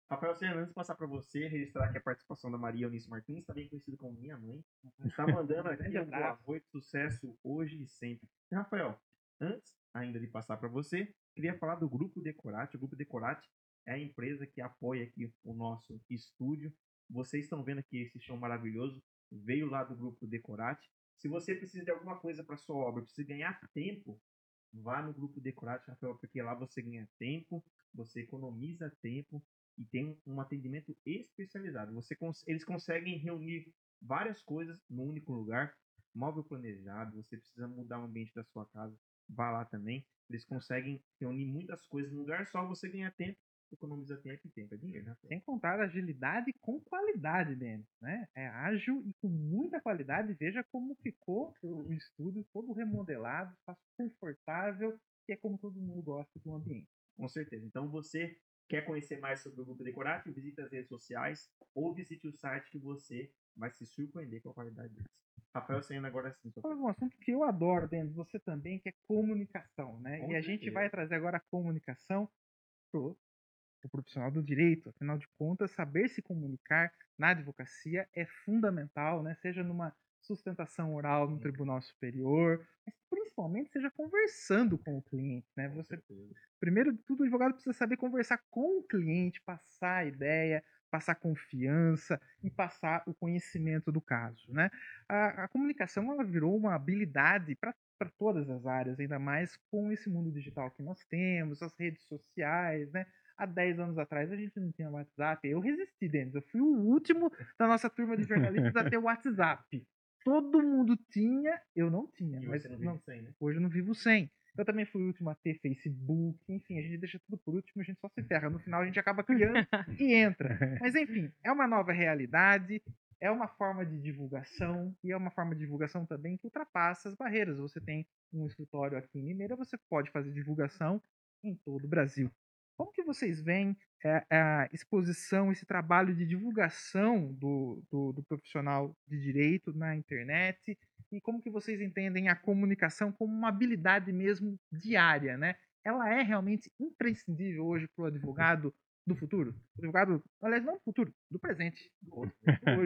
Rafael Serrano, antes de passar para você, registrar aqui a participação da Maria Eunice Martins, também conhecida como minha mãe. Está mandando aqui um boa noite, sucesso hoje e sempre. E, Rafael, antes ainda de passar para você, queria falar do Grupo Decorate. O Grupo Decorate é a empresa que apoia aqui o nosso estúdio. Vocês estão vendo aqui esse show maravilhoso, veio lá do Grupo Decorate. Se você precisa de alguma coisa para sua obra, precisa ganhar tempo, vá no Grupo Decorate, Rafael, porque lá você ganha tempo, você economiza tempo e tem um atendimento especializado. Você cons- eles conseguem reunir várias coisas num único lugar, móvel planejado, você precisa mudar o ambiente da sua casa, vá lá também. Eles conseguem reunir muitas coisas num lugar só, você ganha tempo, economiza tempo e tempo é dinheiro, né? Sem contar agilidade com qualidade dentro, né? É ágil e com muita qualidade. Veja como ficou o estúdio todo remodelado, espaço confortável, que é como todo mundo gosta do ambiente. Com certeza. Então você quer conhecer mais sobre o Grupo Decorate, visite as redes sociais ou visite o site que você vai se surpreender com a qualidade deles. Rafael, saindo agora sim. Vamos um assunto que eu adoro, Denis, você também, que é comunicação, né? Com e a gente certeza. vai trazer agora a comunicação pro o profissional do direito. Afinal de contas, saber se comunicar na advocacia é fundamental, né? Seja numa sustentação oral no Tribunal Superior, mas principalmente seja conversando com o cliente, né? Você, primeiro de tudo, o advogado precisa saber conversar com o cliente, passar a ideia, passar confiança e passar o conhecimento do caso, né? A, a comunicação ela virou uma habilidade para para todas as áreas, ainda mais com esse mundo digital que nós temos, as redes sociais, né? Há dez anos atrás a gente não tinha WhatsApp. Eu resisti, Denis. Eu fui o último da nossa turma de jornalistas a ter o WhatsApp. Todo mundo tinha, eu não tinha. E Mas você não vive sem, né? hoje eu não vivo sem. Eu também fui o último a ter Facebook. Enfim, a gente deixa tudo por último, a gente só se ferra. No final a gente acaba criando e entra. Mas enfim, é uma nova realidade. É uma forma de divulgação e é uma forma de divulgação também que ultrapassa as barreiras. Você tem um escritório aqui em Limeira, você pode fazer divulgação em todo o Brasil. Como que vocês veem é, a exposição, esse trabalho de divulgação do, do, do profissional de direito na internet e como que vocês entendem a comunicação como uma habilidade mesmo diária, né? Ela é realmente imprescindível hoje para o advogado do futuro? O advogado, aliás, não do futuro, do presente. Do hoje.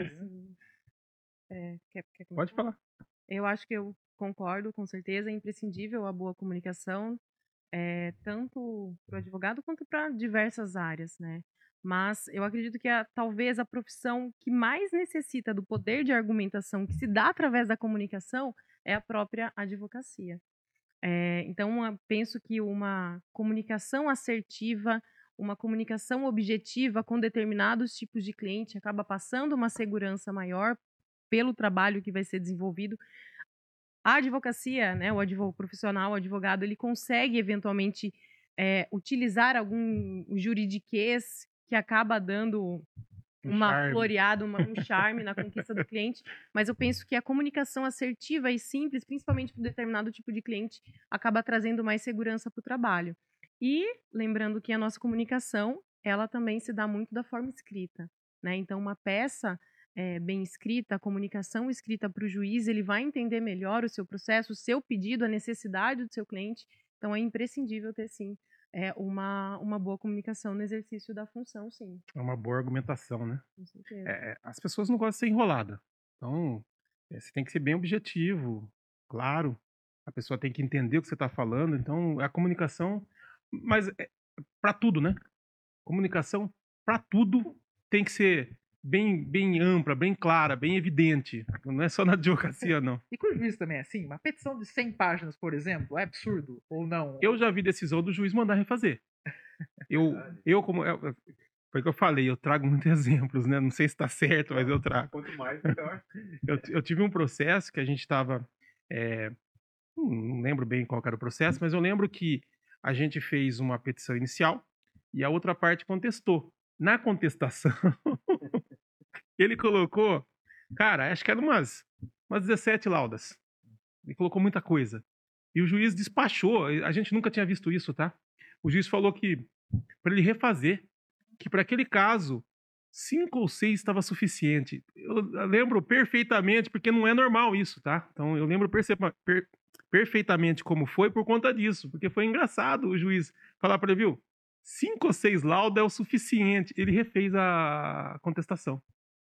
É, quer, quer Pode começar? falar. Eu acho que eu concordo, com certeza, é imprescindível a boa comunicação, é, tanto para o advogado quanto para diversas áreas, né? Mas eu acredito que a, talvez a profissão que mais necessita do poder de argumentação que se dá através da comunicação é a própria advocacia. É, então, eu penso que uma comunicação assertiva, uma comunicação objetiva com determinados tipos de cliente acaba passando uma segurança maior pelo trabalho que vai ser desenvolvido. A advocacia, né, o, advo, o profissional, o advogado, ele consegue eventualmente é, utilizar algum juridiquês que acaba dando uma charme. floreada, uma, um charme na conquista do cliente, mas eu penso que a comunicação assertiva e simples, principalmente para um determinado tipo de cliente, acaba trazendo mais segurança para o trabalho. E lembrando que a nossa comunicação, ela também se dá muito da forma escrita, né? Então, uma peça é, bem escrita, a comunicação escrita para o juiz, ele vai entender melhor o seu processo, o seu pedido, a necessidade do seu cliente. Então, é imprescindível ter, sim, é, uma, uma boa comunicação no exercício da função, sim. É uma boa argumentação, né? Com certeza. É, as pessoas não gostam de ser enrolada. Então, é, você tem que ser bem objetivo, claro. A pessoa tem que entender o que você está falando. Então, a comunicação... Mas é, para tudo, né? Comunicação para tudo tem que ser bem, bem ampla, bem clara, bem evidente. Não é só na advocacia, não. E com o juiz também é assim? Uma petição de cem páginas, por exemplo, é absurdo ou não? Eu já vi decisão do juiz mandar refazer. Eu, eu como... Eu, foi o que eu falei, eu trago muitos exemplos, né? Não sei se está certo, mas eu trago. Quanto mais, melhor. Eu, eu tive um processo que a gente estava... É, não lembro bem qual era o processo, mas eu lembro que a gente fez uma petição inicial e a outra parte contestou. Na contestação, ele colocou, cara, acho que eram umas, umas dezessete laudas. Ele colocou muita coisa. E o juiz despachou, a gente nunca tinha visto isso, tá? O juiz falou que, para ele refazer, que para aquele caso, cinco ou seis estava suficiente. Eu lembro perfeitamente, porque não é normal isso, tá? Então eu lembro perce- per- perfeitamente como foi por conta disso, porque foi engraçado o juiz falar para ele, viu? cinco ou seis laudas é o suficiente. Ele refez a contestação.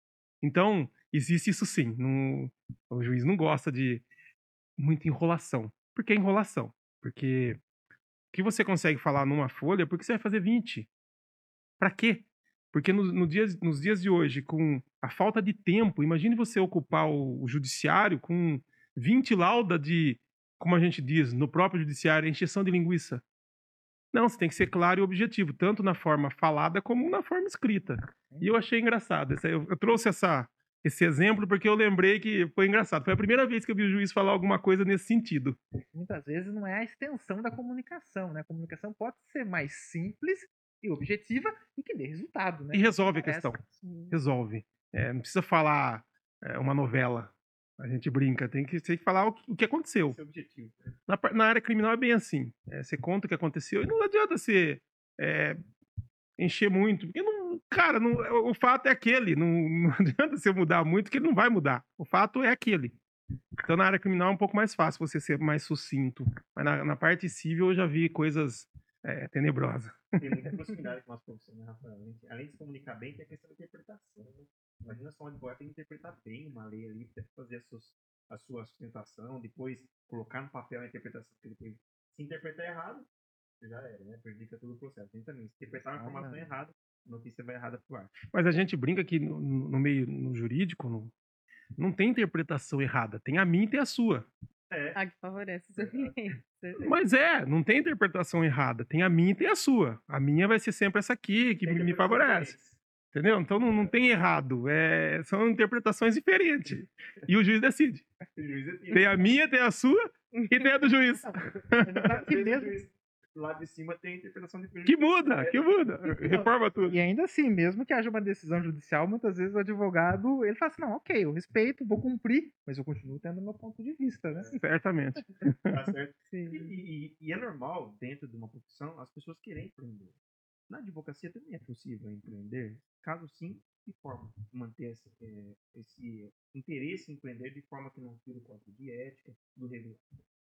Então, existe isso sim. Não, o juiz não gosta de muita enrolação. Por que enrolação? Porque o que você consegue falar numa folha, por que você vai fazer vinte? Para quê? Porque no, no dias, nos dias de hoje, com a falta de tempo, imagine você ocupar o, o judiciário com vinte laudas de, como a gente diz, no próprio judiciário, encheção de linguiça. Não, você tem que ser claro e objetivo, tanto na forma falada como na forma escrita. E eu achei engraçado. Eu, eu trouxe essa, esse exemplo porque eu lembrei que foi engraçado. Foi a primeira vez que eu vi o juiz falar alguma coisa nesse sentido. Muitas vezes não é a extensão da comunicação, né? A comunicação pode ser mais simples e objetiva e que dê resultado, né? E resolve a Parece. questão. Resolve. É, não precisa falar é, uma novela. A gente brinca, tem que, tem que falar o que, o que aconteceu. Esse é o objetivo. né? Na, par- na área criminal é bem assim. É, você conta o que aconteceu e não adianta você é, encher muito. Porque, não, cara, não, o fato é aquele. Não, não adianta você mudar muito, que ele não vai mudar. O fato é aquele. Então, na área criminal é um pouco mais fácil você ser mais sucinto. Mas na, na parte civil eu já vi coisas é, tenebrosas. Tem muita proximidade com as profissões, né, Rafael? Além de- Além de se comunicar bem, tem a questão da interpretação. Né? Imagina só um advogado tem que interpretar bem uma lei ali, tem que fazer a, suas, a sua sustentação, depois colocar no papel a interpretação que ele teve. Se interpretar errado, já era, né? Prejudica todo o processo. Tem também, se interpretar uma informação errada, a notícia vai errada pro ar. Mas a gente brinca que no, no no meio no jurídico no- não tem interpretação errada. Tem a minha e tem a sua. É, Ah, que favorece o seu cliente. Mas é, não tem interpretação errada. Tem a minha e tem a sua. A minha vai ser sempre essa aqui, que tem me interpretação favorece. diferente. Entendeu? Então não, não tem errado. É, são interpretações diferentes. E o juiz decide. O juiz é Tem a minha, tem a sua e tem a do juiz. Às que vezes o mesmo. juiz do lado de cima tem a interpretação diferente. Que muda, que muda. Reforma tudo. E ainda assim, mesmo que haja uma decisão judicial, muitas vezes o advogado, ele fala assim, não, ok, eu respeito, vou cumprir, mas eu continuo tendo meu ponto de vista, né? Certamente. Tá certo? E, Sim. e- e é normal, dentro de uma profissão, as pessoas querem empreender. Na advocacia também é possível empreender? Caso sim, de forma manter esse, eh, esse interesse em empreender de forma que não tire o código de ética do regulamento.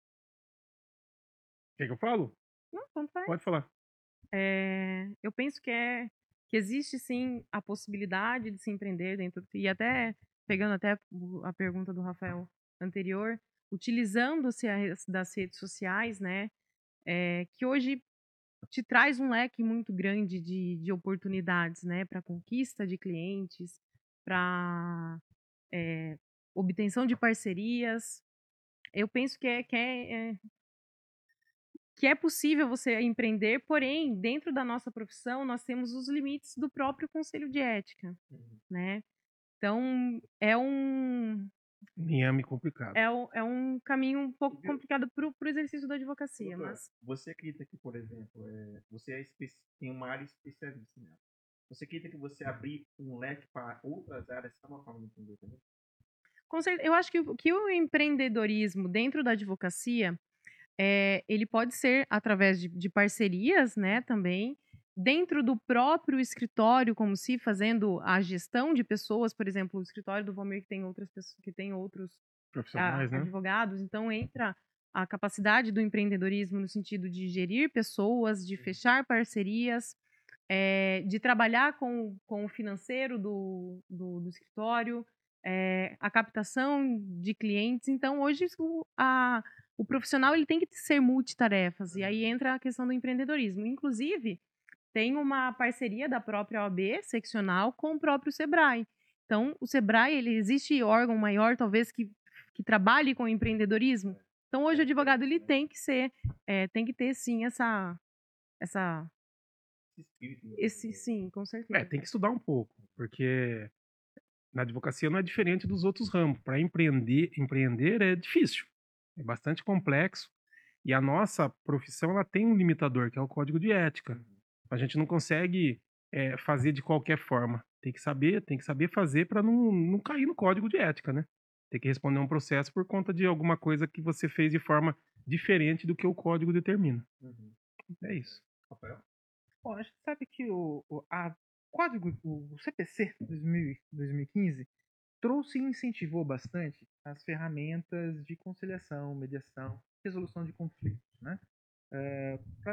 Quer que eu falo? Não, tanto faz. Pode falar. É, eu penso que é que existe sim a possibilidade de se empreender dentro e até pegando até o- a pergunta do Rafael anterior, utilizando-se a res- das redes sociais, né, é, que hoje te traz um leque muito grande de, de oportunidades, né, para conquista de clientes, para obtenção de parcerias. Eu penso que é, que é, é que é possível você empreender, porém, dentro da nossa profissão, nós temos os limites do próprio conselho de ética, Uhum. né? Então, é um, Inhame complicado. é um, é um caminho um pouco Viu? complicado para o exercício da advocacia, Doutora, mas você acredita que, por exemplo, é, você é espe- tem uma área especialista nela. Você acredita que você abrir um leque para outras áreas é uma forma de empreender também? com cer- eu acho que, o- que o empreendedorismo dentro da advocacia, é, ele pode ser através de, de parcerias, né, também, dentro do próprio escritório, como se fazendo a gestão de pessoas, por exemplo, o escritório do Valmir que tem outras pessoas, que tem outros a- Profissionais, né? advogados, então entra a capacidade do empreendedorismo no sentido de gerir pessoas, de fechar parcerias, eh, de trabalhar com, com o financeiro do, do, do escritório, eh, a captação de clientes. Então, hoje, o, a, o profissional ele tem que ser multitarefas, e aí entra a questão do empreendedorismo. Inclusive, tem uma parceria da própria O A B seccional com o próprio Sebrae. Então, o Sebrae, ele existe órgão maior, talvez, que, que trabalhe com empreendedorismo. Então, hoje o advogado ele tem que ser, eh, tem que ter sim essa, essa, Esse espírito. né? esse sim, com certeza. É, tem que estudar um pouco, porque na advocacia não é diferente dos outros ramos. Para empreender, empreender é difícil, é bastante complexo. E a nossa profissão ela tem um limitador, que é o código de ética. A gente não consegue é, fazer de qualquer forma. Tem que saber, tem que saber fazer para não, não cair no código de ética, né? Tem que responder a um processo por conta de alguma coisa que você fez de forma diferente do que o código determina. Uhum. É isso. Rafael? Bom, a gente sabe que o, o a código, o C P C dois mil, dois mil e quinze trouxe e incentivou bastante as ferramentas de conciliação, mediação, resolução de conflitos, né? É, pra, na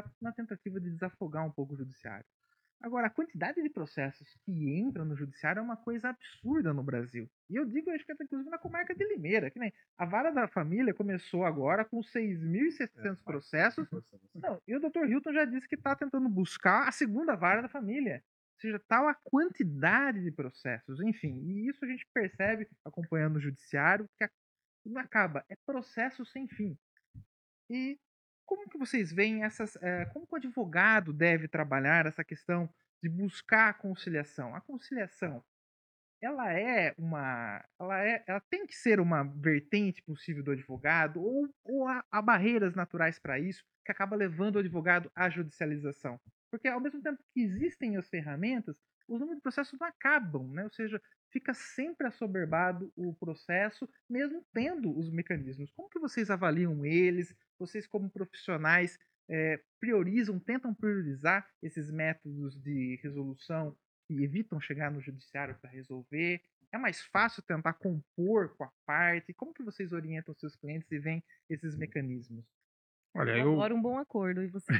tentativa de desafogar um pouco o judiciário. Agora, a quantidade de processos que entram no judiciário é uma coisa absurda no Brasil. E eu digo, acho que até inclusive na comarca de Limeira, que nem a Vara da Família começou agora com seis mil e setecentos processos. Não, e o doutor Hilton já disse que está tentando buscar a segunda Vara da Família. Ou seja, tal a quantidade de processos, enfim. E isso a gente percebe acompanhando o judiciário, que não acaba, é processo sem fim. E como que vocês veem essas, é, como que o advogado deve trabalhar essa questão de buscar a conciliação? A conciliação, ela é uma, ela é, ela tem que ser uma vertente possível do advogado ou, ou há, há barreiras naturais para isso que acaba levando o advogado à judicialização? Porque ao mesmo tempo que existem as ferramentas, os números de processos não acabam, né? Ou seja, fica sempre assoberbado o processo, mesmo tendo os mecanismos. Como que vocês avaliam eles? Vocês, como profissionais, é, priorizam, tentam priorizar esses métodos de resolução que evitam chegar no judiciário para resolver? É mais fácil tentar compor com a parte? Como que vocês orientam seus clientes e veem esses mecanismos? Olha, Eu eu, adoro um bom acordo, e você?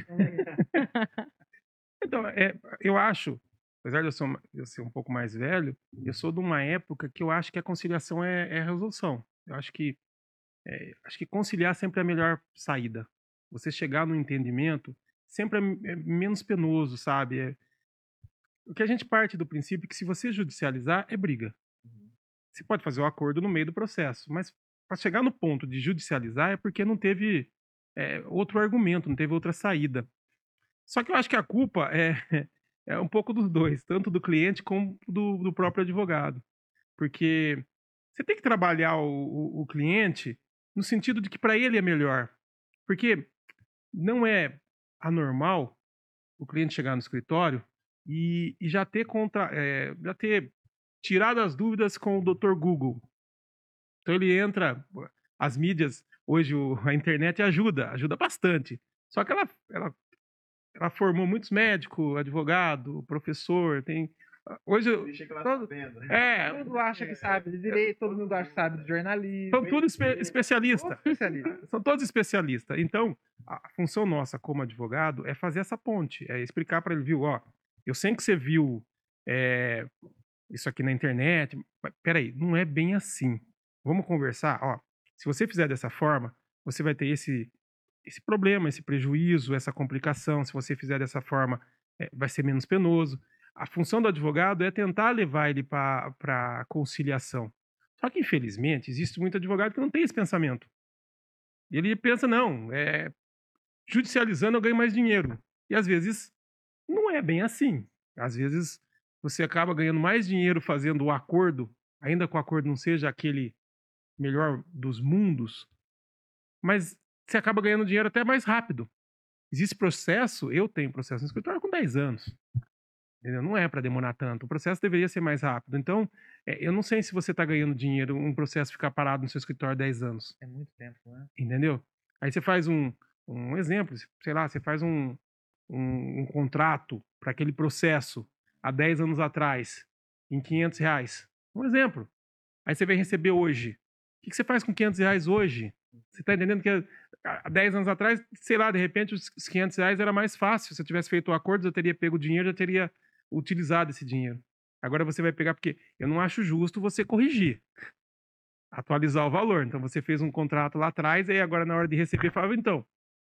então, é, eu acho, apesar de eu ser, um, eu ser um pouco mais velho, eu sou de uma época que eu acho que a conciliação é, é a resolução. Eu acho que, é, acho que conciliar sempre é a melhor saída. Você chegar no entendimento sempre é, é menos penoso, sabe? É, o que a gente parte do princípio é que se você judicializar, é briga. Você pode fazer o acordo no meio do processo, mas para chegar no ponto de judicializar é porque não teve é, outro argumento, não teve outra saída. Só que eu acho que a culpa é, é um pouco dos dois, tanto do cliente como do, do próprio advogado. Porque você tem que trabalhar o, o, o cliente no sentido de que para ele é melhor. Porque não é anormal o cliente chegar no escritório e, e já ter contra, é, já ter tirado as dúvidas com o doutor Google. Então ele entra, as mídias, hoje o, a internet ajuda, ajuda bastante. Só que ela, ela ela formou muitos médicos, advogado, professor, tem... Hoje eu... Deixa que ela todo... tá vendo. É, Todo mundo acha que sabe de direito, todo mundo acha que sabe de jornalismo. são todos espe especialistas. Especialistas. São todos especialistas. Então, a função nossa como advogado é fazer essa ponte, é explicar para ele, viu, ó, eu sei que você viu é, isso aqui na internet, mas peraí, não é bem assim. Vamos conversar, ó, se você fizer dessa forma, você vai ter esse... esse problema, esse prejuízo, essa complicação, se você fizer dessa forma, é, vai ser menos penoso. A função do advogado é tentar levar ele para a conciliação. Só que, infelizmente, existe muito advogado que não tem esse pensamento. Ele pensa, não, é, judicializando eu ganho mais dinheiro. E, às vezes, não é bem assim. Às vezes, você acaba ganhando mais dinheiro fazendo o acordo, ainda que o acordo não seja aquele melhor dos mundos, mas você acaba ganhando dinheiro até mais rápido. Existe processo, eu tenho processo no escritório com dez anos. Entendeu? Não é para demorar tanto. O processo deveria ser mais rápido. Então, é, eu não sei se você está ganhando dinheiro, um processo ficar parado no seu escritório dez anos. É muito tempo, né? Entendeu? Aí você faz um, um exemplo, sei lá, você faz um, um, um contrato para aquele processo há dez anos atrás, em quinhentos reais. Um exemplo. Aí você vem receber hoje. O que, que você faz com quinhentos reais hoje? Você está entendendo que há dez anos atrás, sei lá, de repente os quinhentos reais era mais fácil. Se eu tivesse feito o acordo, eu teria pego o dinheiro, já teria utilizado esse dinheiro. Agora você vai pegar, porque eu não acho justo você corrigir, atualizar o valor. Então você fez um contrato lá atrás, e agora na hora de receber, falava, então,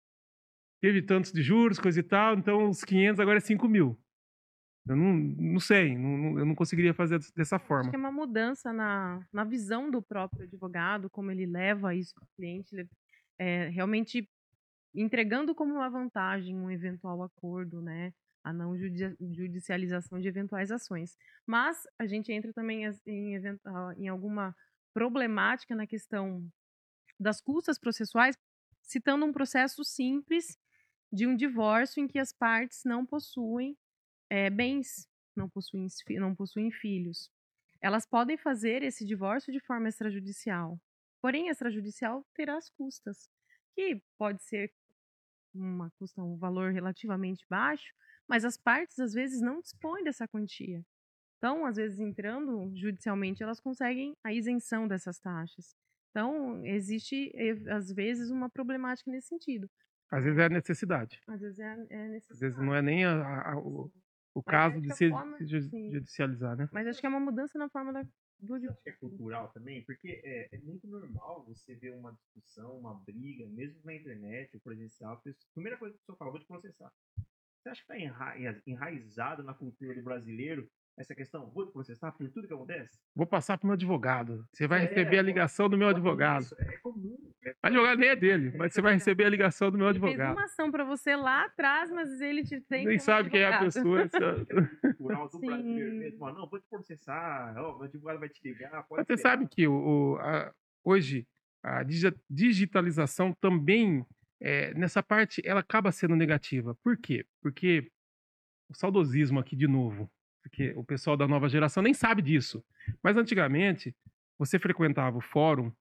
teve tantos de juros, coisa e tal, então os quinhentos agora é cinco mil. Eu não, não sei, não, eu não conseguiria fazer dessa forma. Acho que é uma mudança na, na visão do próprio advogado, como ele leva isso para o cliente, ele, é, realmente entregando como uma vantagem um eventual acordo, né? A não judi judicialização de eventuais ações. Mas a gente entra também em, em alguma problemática na questão das custas processuais, citando um processo simples de um divórcio em que as partes não possuem é, bens, não possuem, não possuem filhos. Elas podem fazer esse divórcio de forma extrajudicial. Porém, extrajudicial terá as custas, que pode ser uma custa, um valor relativamente baixo, mas as partes às vezes não dispõem dessa quantia. Então, às vezes, entrando judicialmente, elas conseguem a isenção dessas taxas. Então, existe, às vezes, uma problemática nesse sentido. Às vezes é necessidade. Às vezes é, é Às vezes necessário. não é nem a- a- a- o, o Mas caso acho de que a se forma, se ju- sim. judicializar, né? Mas acho que é uma mudança na forma da, do Você acha que é cultural também? Porque é, é muito normal você ver uma discussão, uma briga, mesmo na internet, ou presencial. A pessoa- a primeira coisa que a pessoa fala, vou te processar. Você acha que está enra enraizado na cultura do brasileiro essa questão? Vou te processar por tudo que acontece? Vou passar pro meu advogado. Você vai É, receber a pô, ligação do meu advogado. Isso é comum. É O advogado nem é dele, mas você vai receber a ligação do meu Ele fez advogado. uma ação pra você lá atrás, mas ele te tem Nem como sabe quem é a advogado. pessoa. se- cultural do Sim. brasileiro mesmo. Ó, não, vou te processar, ó, meu advogado vai te ligar, pode Mas você esperar. sabe que o, o- a- hoje a digi- digitalização também, é, nessa parte, ela acaba sendo negativa. Por quê? Porque o saudosismo aqui de novo, porque o pessoal da nova geração nem sabe disso. Mas antigamente, você frequentava o fórum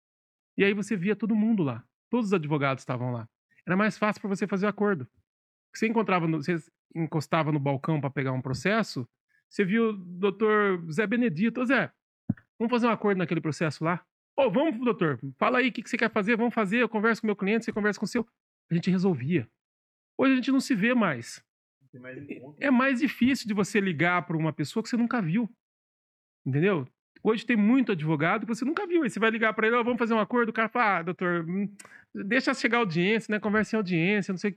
e aí você via todo mundo lá. Todos os advogados estavam lá. Era mais fácil para você fazer o acordo. Você encontrava, no- você encostava no balcão para pegar um processo, você viu o doutor Zé Benedito. Ô Zé, vamos fazer um acordo naquele processo lá? Ô, vamos, doutor, fala aí o que que você quer fazer, vamos fazer, eu converso com o meu cliente, você conversa com o seu. A gente resolvia. Hoje a gente não se vê mais. Não tem mais encontro. É mais difícil de você ligar para uma pessoa que você nunca viu. Entendeu? Hoje tem muito advogado que você nunca viu. Aí você vai ligar para ele, ó, vamos fazer um acordo. O cara fala, ah, doutor, hum, deixa chegar a audiência, né? Conversa em audiência, não sei.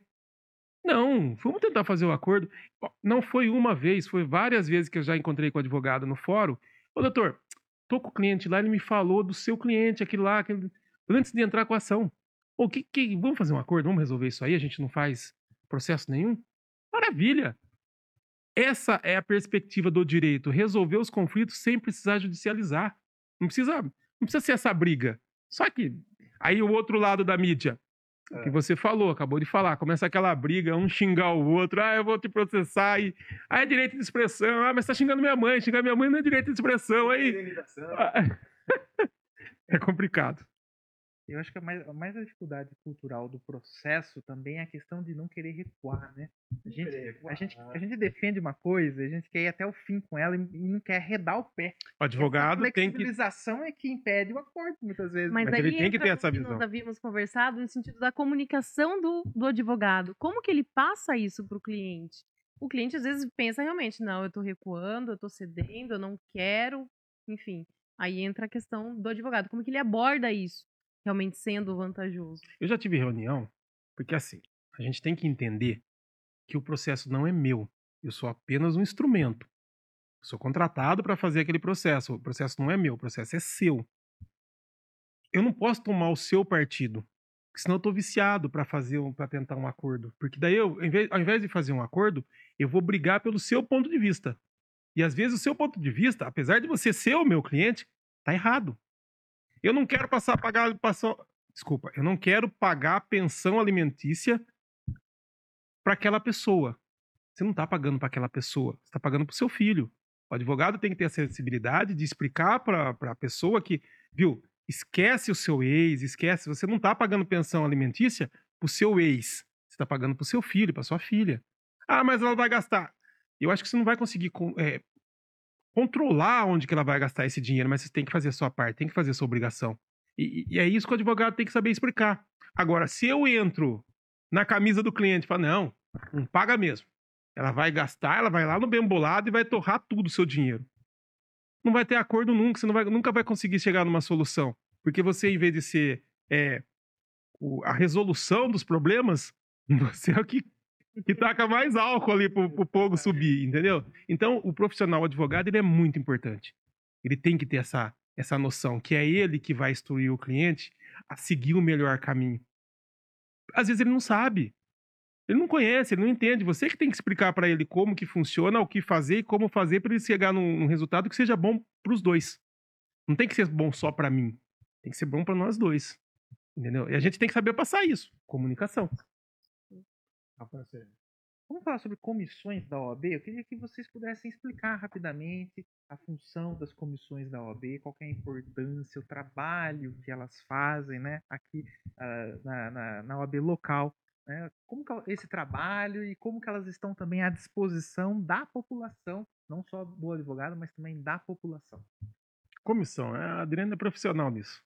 Não, vamos tentar fazer o acordo. Ó, não foi uma vez, foi várias vezes que eu já encontrei com o advogado no fórum. Ô, doutor, tô com o cliente lá, ele me falou do seu cliente, aquilo lá, aquilo... antes de entrar com a ação. Ô, que, que... vamos fazer um acordo, vamos resolver isso aí, a gente não faz processo nenhum? Maravilha! Essa é a perspectiva do direito, resolver os conflitos sem precisar judicializar. Não precisa, não precisa ser essa briga. Só que aí o outro lado da mídia, o que É. você falou, acabou de falar, começa aquela briga, um xingar o outro, ah, eu vou te processar, e ah, é direito de expressão, ah, mas você tá xingando minha mãe, xingar minha mãe não é direito de expressão, aí Indenização. é complicado. Eu acho que a mais, a mais a dificuldade cultural do processo também é a questão de não querer recuar, né? A gente, querer a recuar. gente, a gente defende uma coisa, a gente quer ir até o fim com ela e, e não quer arredar o pé. O advogado Essa tem que... flexibilização é que impede o acordo, muitas vezes. Mas, Mas aí ele tem que entra ter no essa que visão. nós havíamos conversado no sentido da comunicação do, do advogado. Como que ele passa isso para o cliente? O cliente às vezes pensa realmente, não, eu estou recuando, eu estou cedendo, eu não quero, enfim. Aí entra a questão do advogado. Como que ele aborda isso, realmente sendo vantajoso? Eu já tive reunião, porque assim, a gente tem que entender que o processo não é meu. Eu sou apenas um instrumento. Eu sou contratado para fazer aquele processo. O processo não é meu, o processo é seu. Eu não posso tomar o seu partido, porque senão eu estou viciado para fazer, um, para tentar um acordo. Porque daí eu, ao invés, ao invés de fazer um acordo, eu vou brigar pelo seu ponto de vista. E às vezes o seu ponto de vista, apesar de você ser o meu cliente, tá errado. Eu não quero passar a pagar, passar, desculpa, eu não quero pagar pensão alimentícia para aquela pessoa. Você não está pagando para aquela pessoa, você está pagando para o seu filho. O advogado tem que ter a sensibilidade de explicar para a pessoa que, viu, esquece o seu ex, esquece, você não está pagando pensão alimentícia para o seu ex, você está pagando para o seu filho, para sua filha. Ah, mas ela vai gastar. Eu acho que você não vai conseguir é, controlar onde que ela vai gastar esse dinheiro, mas você tem que fazer a sua parte, tem que fazer a sua obrigação. E, e é isso que o advogado tem que saber explicar. Agora, se eu entro na camisa do cliente e falo, não, não paga mesmo. Ela vai gastar, ela vai lá no bem bolado e vai torrar tudo o seu dinheiro. Não vai ter acordo nunca, você não vai, nunca vai conseguir chegar numa solução. Porque você, em vez de ser é, o, a resolução dos problemas, você é o que, que taca mais álcool ali pro, pro fogo subir, entendeu? Então, o profissional o advogado, ele é muito importante. Ele tem que ter essa, essa noção, que é ele que vai instruir o cliente a seguir o melhor caminho. Às vezes ele não sabe. Ele não conhece, ele não entende. Você que tem que explicar para ele como que funciona, o que fazer e como fazer para ele chegar num, num resultado que seja bom para os dois. Não tem que ser bom só para mim. Tem que ser bom para nós dois. Entendeu? E a gente tem que saber passar isso. Comunicação. Vamos falar sobre comissões da O A B? Eu queria que vocês pudessem explicar rapidamente a função das comissões da O A B, qual que é a importância, o trabalho que elas fazem, né, aqui uh, na, na, na O A B local. Né? Como que é esse trabalho e como que elas estão também à disposição da população, não só do advogado, mas também da população. Comissão. A Adriana é profissional nisso.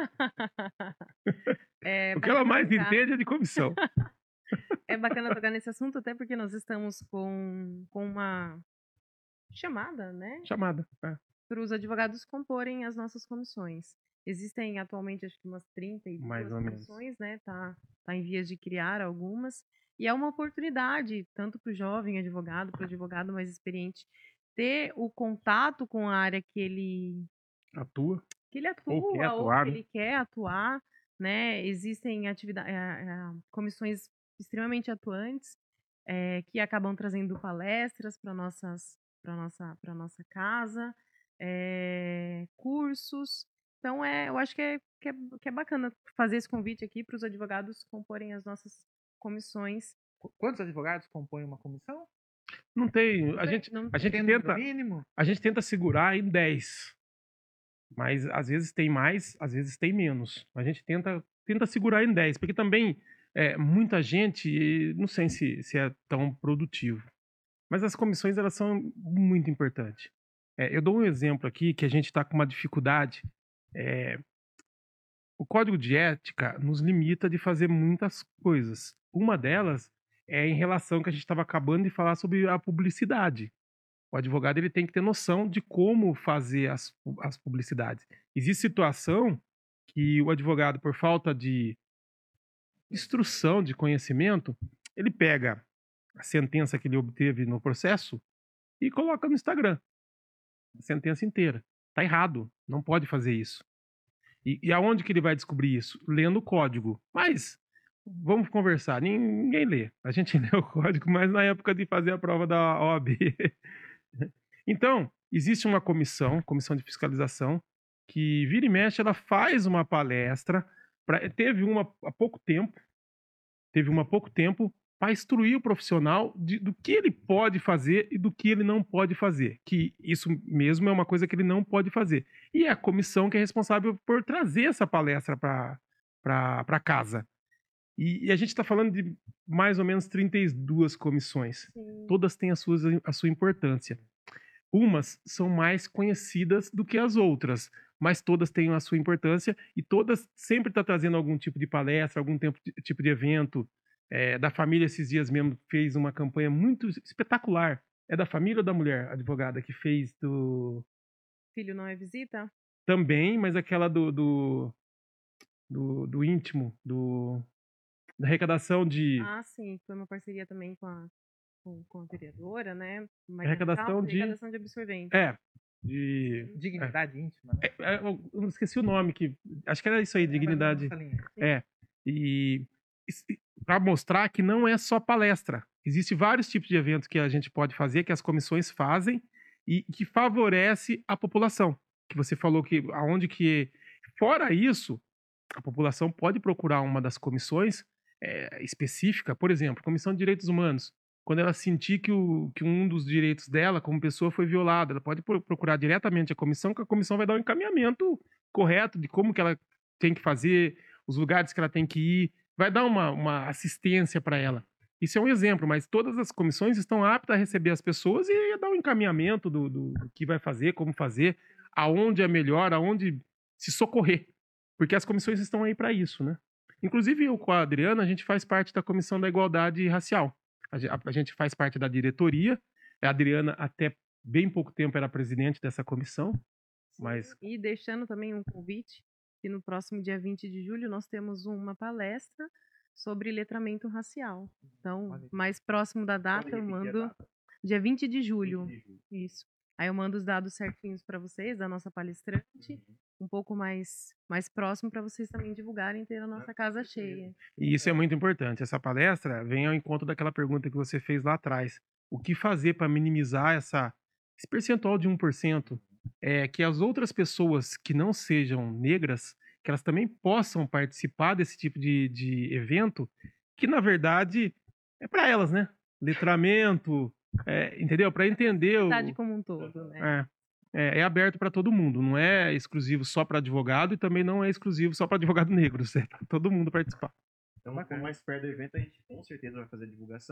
É O que ela mais bacana tocar- entende é de comissão. É bacana tocar nesse assunto, até porque nós estamos com, com uma chamada, né, Chamada. É. para os advogados comporem as nossas comissões. Existem atualmente, acho que umas trinta e duas Mais ou menos. comissões, né? Tá, tá em vias de criar algumas. E é uma oportunidade, tanto para o jovem advogado, para o advogado mais experiente, ter o contato com a área que ele, Atua. que ele atua Ou quer ou atuar, que né? ele quer atuar, né? Existem atividades, comissões extremamente atuantes, eh, que acabam trazendo palestras para nossas para nossa para nossa casa, eh, cursos. Então é, eu acho que é, que é que é bacana fazer esse convite aqui para os advogados comporem as nossas comissões. Qu- Quantos advogados compõem uma comissão? Não tem. A Não- gente, não a gente Tem número tenta. mínimo? A gente tenta segurar em dez. Mas às vezes tem mais, às vezes tem menos. A gente tenta, tenta segurar em dez, porque também é, muita gente, não sei se, se é tão produtivo. Mas as comissões, elas são muito importantes. É, eu dou um exemplo aqui que a gente está com uma dificuldade. É, o código de ética nos limita de fazer muitas coisas. Uma delas é em relação que a gente estava acabando de falar sobre a publicidade. O advogado ele tem que ter noção de como fazer as, as publicidades. Existe situação que o advogado, por falta de instrução, de conhecimento, ele pega a sentença que ele obteve no processo e coloca no Instagram. A sentença inteira. Tá errado. Não pode fazer isso. E, e aonde que ele vai descobrir isso? Lendo o código. Mas, vamos conversar. Ninguém lê. A gente lê o código, mas na época de fazer a prova da O A B. Então, existe uma comissão, comissão de fiscalização, que vira e mexe, ela faz uma palestra. Pra, teve uma há pouco tempo, teve uma há pouco tempo, para instruir o profissional de, do que ele pode fazer e do que ele não pode fazer. Que isso mesmo é uma coisa que ele não pode fazer. E é a comissão que é responsável por trazer essa palestra para casa. E, e a gente está falando de mais ou menos trinta e duas comissões. Sim. Todas têm a sua, a sua importância. Umas são mais conhecidas do que as outras, mas todas têm a sua importância e todas sempre estão trazendo algum tipo de palestra, algum tempo de, tipo de evento. É, da família, esses dias mesmo, fez uma campanha muito espetacular. É da família ou da mulher advogada que fez do... Filho não é visita? Também, mas aquela do, do, do, do íntimo, do, da arrecadação de... Ah, sim, foi uma parceria também com a, com, com a vereadora, né? Uma Arrecadação de- arrecadação de absorvente. É, de... Dignidade íntima, né? É, é, eu eu esqueci o nome, que acho que era isso aí, dignidade. Nessa linha. É, e para mostrar que não é só palestra. Existem vários tipos de eventos que a gente pode fazer, que as comissões fazem e que favorece a população. Que você falou que aonde que... Fora isso, a população pode procurar uma das comissões é, específica, por exemplo, Comissão de Direitos Humanos. Quando ela sentir que, o, que um dos direitos dela como pessoa foi violado, ela pode pro- procurar diretamente a comissão, que a comissão vai dar um encaminhamento correto de como que ela tem que fazer, os lugares que ela tem que ir, vai dar uma, uma assistência para ela. Isso é um exemplo, mas todas as comissões estão aptas a receber as pessoas e a dar um encaminhamento do, do, do que vai fazer, como fazer, aonde é melhor, aonde se socorrer. Porque as comissões estão aí para isso, né? Inclusive, eu com a Adriana, a gente faz parte da Comissão da Igualdade Racial. A ge- a gente faz parte da diretoria. A Adriana, até bem pouco tempo, era presidente dessa comissão. Mas E deixando também um convite, que no próximo dia vinte de julho nós temos uma palestra sobre letramento racial. Então, Olha. mais próximo da data, eu repetir a mando data? dia vinte de julho. vinte de julho. Isso. Aí eu mando os dados certinhos para vocês, da nossa palestrante, um pouco mais, mais próximo para vocês também divulgarem e ter a nossa casa cheia. E isso é muito importante. Essa palestra vem ao encontro daquela pergunta que você fez lá atrás. O que fazer para minimizar essa, esse percentual de um por cento? É que as outras pessoas que não sejam negras, que elas também possam participar desse tipo de, de evento, que na verdade é para elas, né? Letramento, é, entendeu? Para entender o... Cidade como um todo, né? É, é, é aberto para todo mundo, não é exclusivo só para advogado e também não é exclusivo só para advogado negro, é para todo mundo participar. Então, Bacana. quanto mais perto do evento, a gente com certeza vai fazer a divulgação.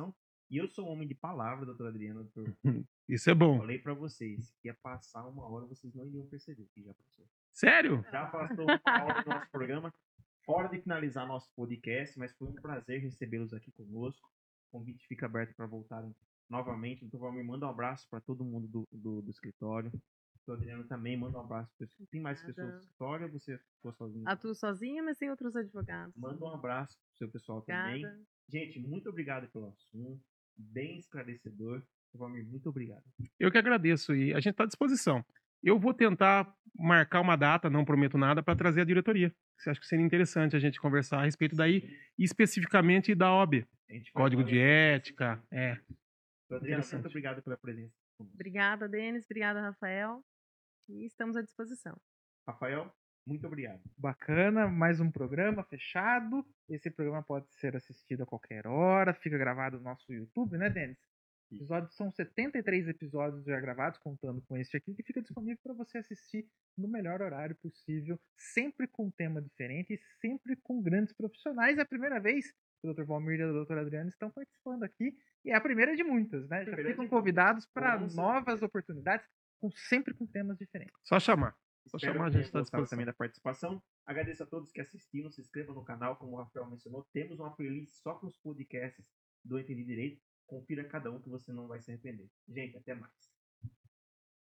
E eu sou um homem de palavra, doutor Adriano. Doutor. Isso é bom. Falei pra vocês que ia passar uma hora, vocês não iriam perceber que já passou. Sério? Já passou uma hora do nosso programa. Hora de finalizar nosso podcast, mas foi um prazer recebê-los aqui conosco. O convite fica aberto para voltarem novamente. Então, Valmir, manda um abraço para todo mundo do, do, do escritório. O Adriano também manda um abraço. Tem mais pessoas do escritório ou você ficou sozinho? Atuo sozinha, mas tem outros advogados. Manda um abraço pro seu pessoal também. Obrigada. Gente, muito obrigado pelo assunto. Bem esclarecedor. Valmir, muito obrigado. Eu que agradeço e a gente está à disposição. Eu vou tentar marcar uma data, não prometo nada, para trazer a diretoria. Você acha que seria interessante a gente conversar a respeito daí, especificamente da O B, Código de Ética. É. Adriano, muito obrigado pela presença. Obrigada, Denis. Obrigada, Rafael. E estamos à disposição. Rafael, muito obrigado. Bacana, mais um programa fechado. Esse programa pode ser assistido a qualquer hora, fica gravado no nosso YouTube, né, Denis? Episódios, são setenta e três episódios já gravados, contando com este aqui, que fica disponível para você assistir no melhor horário possível, sempre com um tema diferente e sempre com grandes profissionais. É a primeira vez que o doutor Valmir e a doutora Adriana estão participando aqui, e é a primeira de muitas, né? Já ficam convidados para novas oportunidades, com, sempre com temas diferentes. Só chamar. Só Espero chamar, a que gente tenham está à gostado disposição. também da participação. Agradeço a todos que assistiram, se inscrevam no canal, como o Rafael mencionou. Temos uma playlist só com os podcasts do Entendi Direito. Confira cada um que você não vai se arrepender. Gente, até mais.